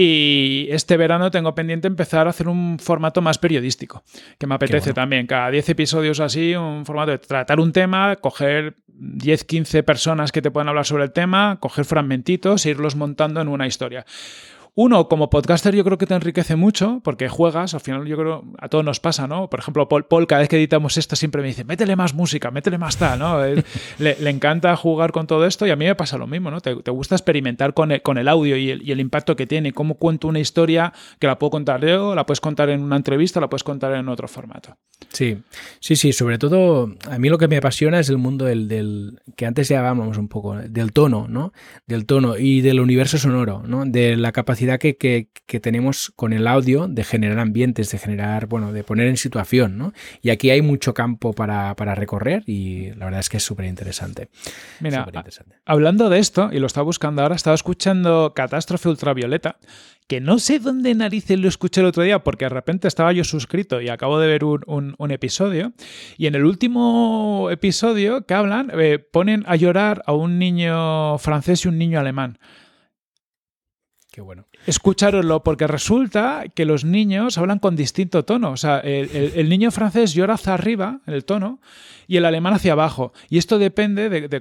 Y este verano tengo pendiente empezar a hacer un formato más periodístico, que me apetece también. Cada 10 episodios así, un formato de tratar un tema, coger 10-15 personas que te puedan hablar sobre el tema, coger fragmentitos e irlos montando en una historia. Uno, como podcaster, yo creo que te enriquece mucho porque juegas, al final yo creo, a todos nos pasa, ¿no? Por ejemplo, Paul, cada vez que editamos esto siempre me dice, métele más música, métele más tal, ¿no? Le encanta jugar con todo esto y a mí me pasa lo mismo, ¿no? Te gusta experimentar con el audio y el impacto que tiene, cómo cuento una historia que la puedo contar yo, la puedes contar en una entrevista, la puedes contar en otro formato. Sí, sobre todo a mí lo que me apasiona es el mundo del que antes ya hablábamos un poco, del tono, ¿no? Del tono y del universo sonoro, ¿no? De la capacidad capacidad que tenemos con el audio de generar ambientes, de generar, bueno, de poner en situación, ¿no? Y aquí hay mucho campo para recorrer y la verdad es que es súper interesante. Mira, hablando de esto, y lo estaba buscando ahora, estaba escuchando Catástrofe Ultravioleta, que no sé dónde narices lo escuché el otro día, porque de repente estaba yo suscrito y acabo de ver un episodio, y en el último episodio que hablan, ponen a llorar a un niño francés y un niño alemán. Qué bueno. Escuchároslo, porque resulta que los niños hablan con distinto tono. O sea, el niño francés llora hacia arriba, en el tono, y el alemán hacia abajo. Y esto depende de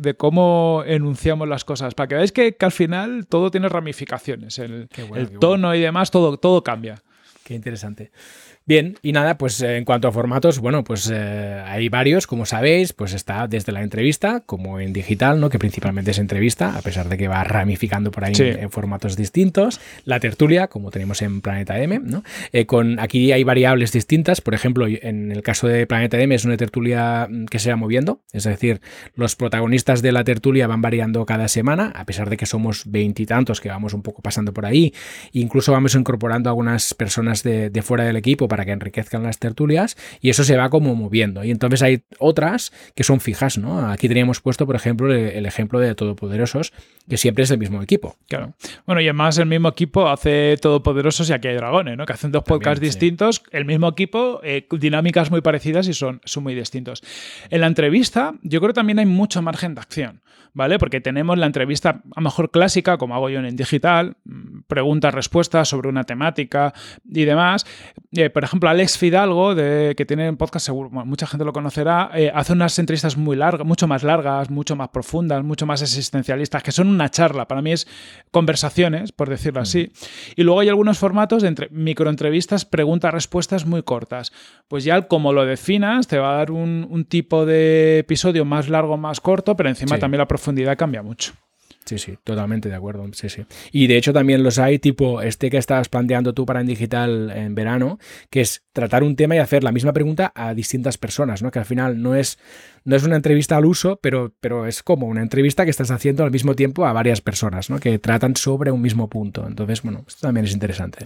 cómo enunciamos las cosas. Para que veáis que al final todo tiene ramificaciones. El tono y demás, todo cambia. Qué interesante. Bien, y nada, pues en cuanto a formatos, bueno, pues hay varios, como sabéis, pues está desde la entrevista, como en digital, ¿no? Que principalmente es entrevista, a pesar de que va ramificando por ahí en formatos distintos. La tertulia, como tenemos en Planeta M, ¿no? Aquí hay variables distintas, por ejemplo, en el caso de Planeta M es una tertulia que se va moviendo, es decir, los protagonistas de la tertulia van variando cada semana, a pesar de que somos 20 y tantos que vamos un poco pasando por ahí, incluso vamos incorporando a algunas personas de fuera del equipo para que enriquezcan las tertulias, y eso se va como moviendo. Y entonces hay otras que son fijas, ¿no? Aquí teníamos puesto, por ejemplo, el ejemplo de Todopoderosos, que siempre es el mismo equipo. Claro. Bueno, y además el mismo equipo hace Todopoderosos y Aquí hay dragones, ¿no? Que hacen dos podcasts distintos, el mismo equipo, dinámicas muy parecidas y son muy distintos. En la entrevista, yo creo que también hay mucho margen de acción, ¿vale? Porque tenemos la entrevista a lo mejor clásica, como hago yo en digital, preguntas, respuestas sobre una temática y demás. Por ejemplo, Alex Fidalgo, que tiene un podcast, seguro mucha gente lo conocerá, hace unas entrevistas muy largas, mucho más largas, mucho más profundas, mucho más existencialistas, que son una charla. Para mí es conversaciones, por decirlo así. Y luego hay algunos formatos de microentrevistas, preguntas-respuestas muy cortas. Pues ya como lo definas, te va a dar un tipo de episodio más largo, más corto, pero encima también la profundidad cambia mucho. Sí, totalmente de acuerdo. Sí. Y de hecho también los hay, tipo este que estabas planteando tú para En Digital en verano, que es tratar un tema y hacer la misma pregunta a distintas personas, ¿no? Que al final no es una entrevista al uso, pero es como una entrevista que estás haciendo al mismo tiempo a varias personas, ¿no? Que tratan sobre un mismo punto. Entonces, bueno, esto también es interesante.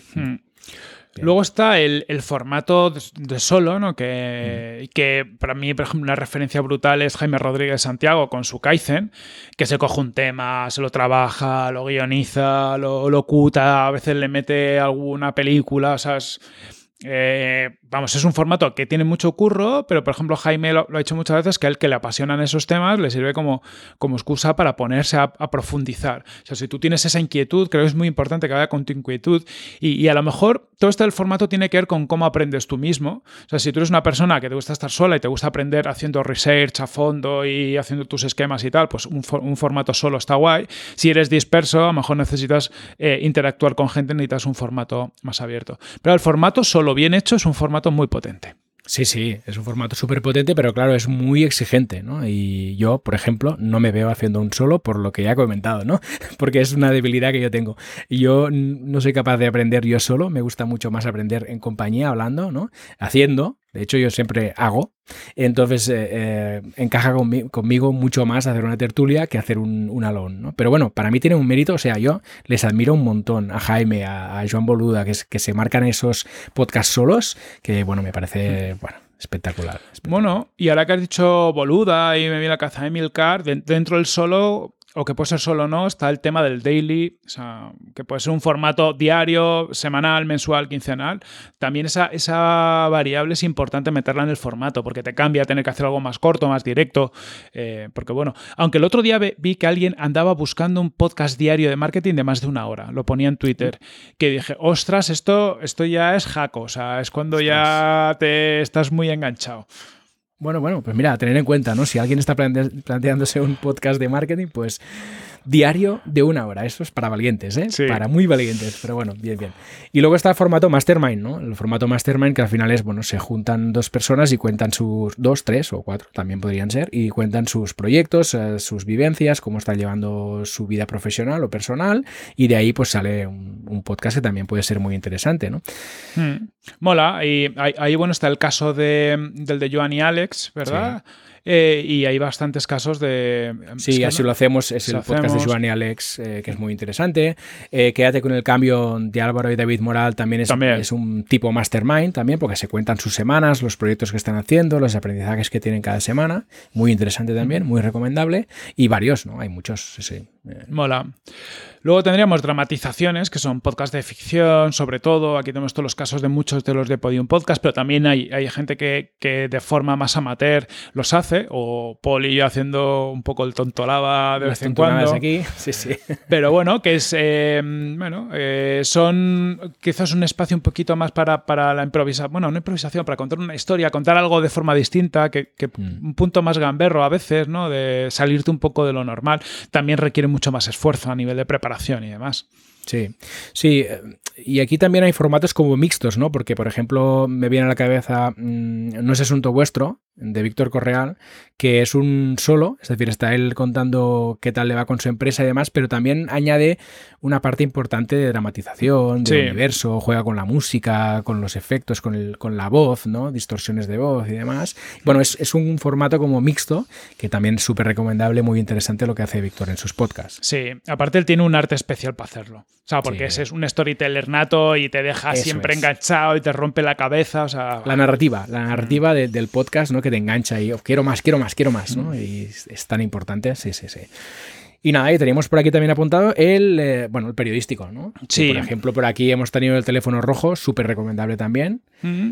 Bien. Luego está el formato de solo, ¿no? Que para mí, por ejemplo, una referencia brutal es Jaime Rodríguez Santiago con su Kaizen, que se coge un tema, se lo trabaja, lo guioniza, lo locuta, a veces le mete alguna película, o sea, es un formato que tiene mucho curro, pero por ejemplo Jaime lo ha hecho muchas veces, que a él que le apasionan esos temas le sirve como excusa para ponerse a profundizar. O sea, si tú tienes esa inquietud, creo que es muy importante que vaya con tu inquietud y a lo mejor todo esto del formato tiene que ver con cómo aprendes tú mismo. O sea, si tú eres una persona que te gusta estar sola y te gusta aprender haciendo research a fondo y haciendo tus esquemas y tal, pues un formato solo está guay. Si eres disperso, a lo mejor necesitas interactuar con gente, necesitas un formato más abierto. Pero el formato solo bien hecho es un formato muy potente. Sí, es un formato súper potente, pero claro, es muy exigente, ¿no? Y yo, por ejemplo, no me veo haciendo un solo por lo que ya he comentado, ¿no? Porque es una debilidad que yo tengo. Yo no soy capaz de aprender yo solo, me gusta mucho más aprender en compañía, hablando, ¿no? Haciendo. De hecho, yo siempre hago. Entonces, encaja conmigo mucho más hacer una tertulia que hacer un alone, ¿no? Pero bueno, para mí tiene un mérito. O sea, yo les admiro un montón a Jaime, a Joan Boluda, que se marcan esos podcasts solos, que, bueno, me parece, espectacular. Bueno, y ahora que has dicho Boluda y me viene la caza de Emilcar, dentro del solo, o que puede ser solo o no, está el tema del daily, o sea, que puede ser un formato diario, semanal, mensual, quincenal. También esa variable es importante meterla en el formato, porque te cambia tener que hacer algo más corto, más directo. Porque bueno, aunque el otro día vi que alguien andaba buscando un podcast diario de marketing de más de 1 hora, lo ponía en Twitter, que dije, ostras, esto ya es jaco, o sea, es cuando ya te estás muy enganchado. Bueno, pues mira, a tener en cuenta, ¿no? Si alguien está planteándose un podcast de marketing, pues diario de 1 hora. Eso es para valientes, ¿eh? Sí. Para muy valientes, pero bueno, bien. Y luego está el formato Mastermind, ¿no? El formato Mastermind, que al final es, se juntan 2 personas y cuentan sus 2, 3 o 4, también podrían ser, y cuentan sus proyectos, sus vivencias, cómo están llevando su vida profesional o personal, y de ahí pues sale un podcast que también puede ser muy interesante, ¿no? Mola, y ahí está el caso del de Joan y Alex, ¿verdad? Sí. Y hay bastantes casos de... Sí, así lo hacemos, es el podcast podcast de Joan y Alex, que es muy interesante. Quédate con el cambio de Álvaro y David Moral, también es un tipo mastermind también, porque se cuentan sus semanas, los proyectos que están haciendo, los aprendizajes que tienen cada semana. Muy interesante también, muy recomendable. Y varios, ¿no? Hay muchos, sí. Mola. Luego tendríamos dramatizaciones, que son podcasts de ficción, sobre todo. Aquí tenemos todos los casos de muchos de los de Podium Podcast, pero también hay gente que de forma más amateur los hace, o Paul y yo haciendo un poco el tontolaba de vez en cuando. Aquí. Sí, sí. Pero bueno, que es son quizás un espacio un poquito más para la improvisación. Bueno, no improvisación, para contar una historia, contar algo de forma distinta, que un punto más gamberro a veces, ¿no? De salirte un poco de lo normal. También requiere mucho más esfuerzo a nivel de preparación y demás. Sí, sí, y aquí también hay formatos como mixtos, ¿no? Porque, por ejemplo, me viene a la cabeza No es asunto vuestro, de Víctor Correal, que es un solo, es decir, está él contando qué tal le va con su empresa y demás, pero también añade una parte importante de dramatización, de universo, juega con la música, con los efectos, con la voz, ¿no? Distorsiones de voz y demás. Bueno, es un formato como mixto, que también es súper recomendable, muy interesante lo que hace Víctor en sus podcasts. Sí, aparte él tiene un arte especial para hacerlo. O sea, porque es un storyteller nato y te deja siempre enganchado y te rompe la cabeza. O sea, la narrativa del podcast, ¿no? Que te engancha y quiero más, ¿no? Y es tan importante, sí. Y nada, y teníamos por aquí también apuntado el periodístico, ¿no? Sí. Que, por ejemplo, por aquí hemos tenido el teléfono rojo, súper recomendable también.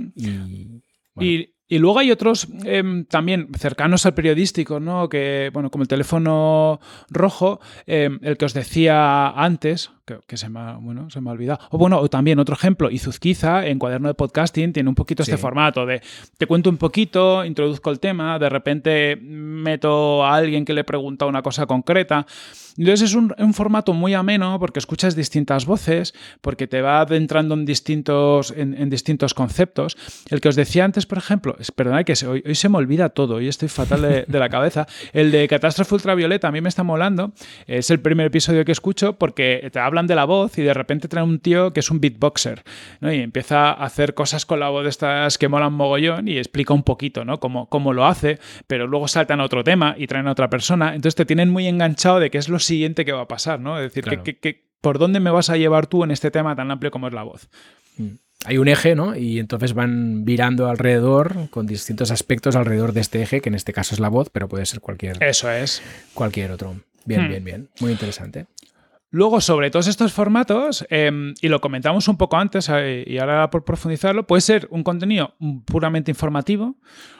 Y luego hay otros también cercanos al periodístico, ¿no? Que, bueno, como el teléfono rojo, el que os decía antes, que se me ha olvidado. O también otro ejemplo, Izuzquiza, en Cuaderno de Podcasting, tiene un poquito este formato de te cuento un poquito, introduzco el tema, de repente meto a alguien que le pregunta una cosa concreta. Entonces es un formato muy ameno porque escuchas distintas voces, porque te va adentrando en distintos conceptos. El que os decía antes, por ejemplo, perdonad que hoy se me olvida todo, hoy estoy fatal de la cabeza. El de Catástrofe Ultravioleta a mí me está molando. Es el primer episodio que escucho porque te hablan de la voz y de repente trae un tío que es un beatboxer, ¿no? Y empieza a hacer cosas con la voz de estas que molan mogollón y explica un poquito, ¿no? Cómo lo hace, pero luego saltan a otro tema y traen a otra persona. Entonces te tienen muy enganchado de qué es lo siguiente que va a pasar, ¿no? Es decir, claro. ¿Por dónde me vas a llevar tú en este tema tan amplio como es la voz? Hay un eje, ¿no? Y entonces van virando alrededor con distintos aspectos alrededor de este eje, que en este caso es la voz, pero puede ser cualquier otro. Bien. Muy interesante. Luego, sobre todos estos formatos, y lo comentamos un poco antes, y ahora por profundizarlo, puede ser un contenido puramente informativo,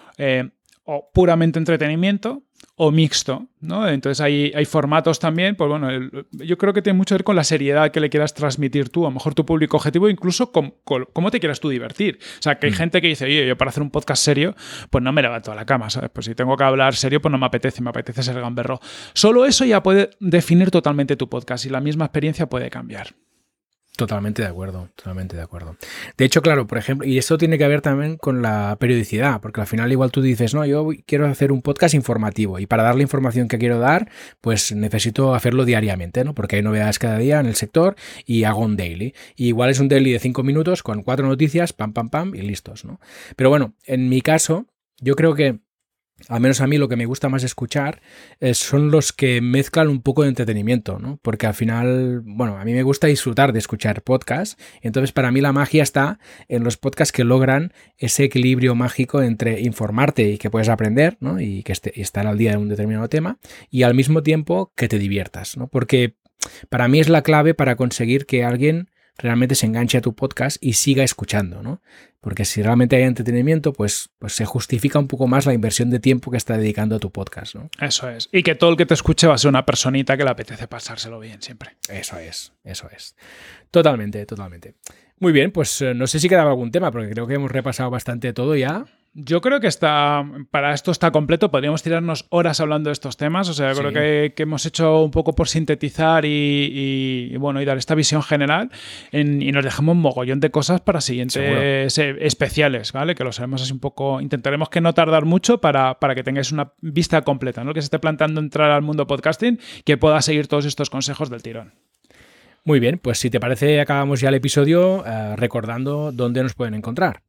o puramente entretenimiento, o mixto, ¿no? Entonces hay formatos también, pues bueno, yo creo que tiene mucho que ver con la seriedad que le quieras transmitir tú, a lo mejor tu público objetivo, incluso con cómo te quieras tú divertir. O sea, que hay gente que dice, oye, yo para hacer un podcast serio, pues no me levanto a la cama, ¿sabes? Pues si tengo que hablar serio, pues no me apetece ser gamberro. Solo eso ya puede definir totalmente tu podcast y la misma experiencia puede cambiar. Totalmente de acuerdo. De hecho, claro, por ejemplo, y esto tiene que ver también con la periodicidad, porque al final igual tú dices, no, yo quiero hacer un podcast informativo y para dar la información que quiero dar, pues necesito hacerlo diariamente, ¿no? Porque hay novedades cada día en el sector y hago un daily. Y igual es un daily de 5 minutos con 4 noticias, pam, y listos, ¿no? Pero bueno, en mi caso, yo creo que al menos a mí lo que me gusta más escuchar son los que mezclan un poco de entretenimiento, ¿no? Porque al final, bueno, a mí me gusta disfrutar de escuchar podcasts, entonces para mí la magia está en los podcasts que logran ese equilibrio mágico entre informarte y que puedes aprender, ¿no? Y que estar al día de un determinado tema, y al mismo tiempo que te diviertas, ¿no? Porque para mí es la clave para conseguir que alguien realmente se enganche a tu podcast y siga escuchando, ¿no? Porque si realmente hay entretenimiento, pues se justifica un poco más la inversión de tiempo que está dedicando a tu podcast, ¿no? Eso es. Y que todo el que te escuche va a ser una personita que le apetece pasárselo bien siempre. Eso es. Totalmente. Muy bien, pues no sé si quedaba algún tema, porque creo que hemos repasado bastante todo ya. Yo creo que para esto está completo. Podríamos tirarnos horas hablando de estos temas. O sea, creo que hemos hecho un poco por sintetizar y dar esta visión general y nos dejamos un mogollón de cosas para siguientes especiales, ¿vale? Que lo sabemos así un poco. Intentaremos que no tardar mucho para que tengáis una vista completa, ¿no? Que se esté planteando entrar al mundo podcasting, que pueda seguir todos estos consejos del tirón. Muy bien, pues si te parece acabamos ya el episodio recordando dónde nos pueden encontrar.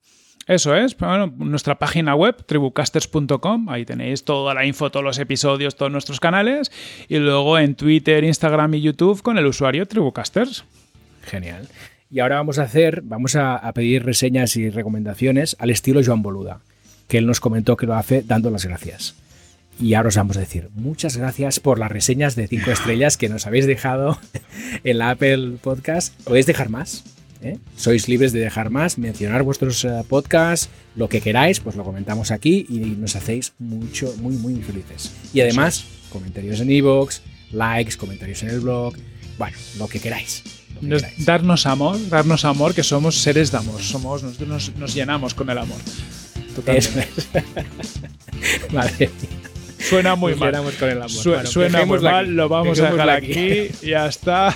Eso es, bueno, nuestra página web, tribucasters.com, ahí tenéis toda la info, todos los episodios, todos nuestros canales, y luego en Twitter, Instagram y YouTube con el usuario Tribucasters. Genial. Y ahora vamos a pedir reseñas y recomendaciones al estilo Joan Boluda, que él nos comentó que lo hace dando las gracias. Y ahora os vamos a decir muchas gracias por las reseñas de 5 estrellas que nos habéis dejado en la Apple Podcast. Podéis dejar más. Sois libres de dejar más, mencionar vuestros podcasts, lo que queráis, pues lo comentamos aquí y nos hacéis muy felices. Y además, comentarios en iVoox, likes, comentarios en el blog, bueno, lo que queráis. Darnos amor, que somos seres de amor, nosotros nos llenamos con el amor. Totalmente. Vale. Suena muy mal. Con el amor. Suena muy mal, lo vamos a dejar aquí y ya está.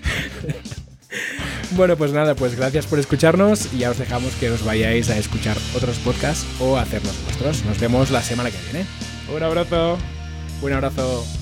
Bueno, pues nada, pues gracias por escucharnos y ya os dejamos que os vayáis a escuchar otros podcasts o a hacer los vuestros. Nos vemos la semana que viene. Un abrazo. Un abrazo.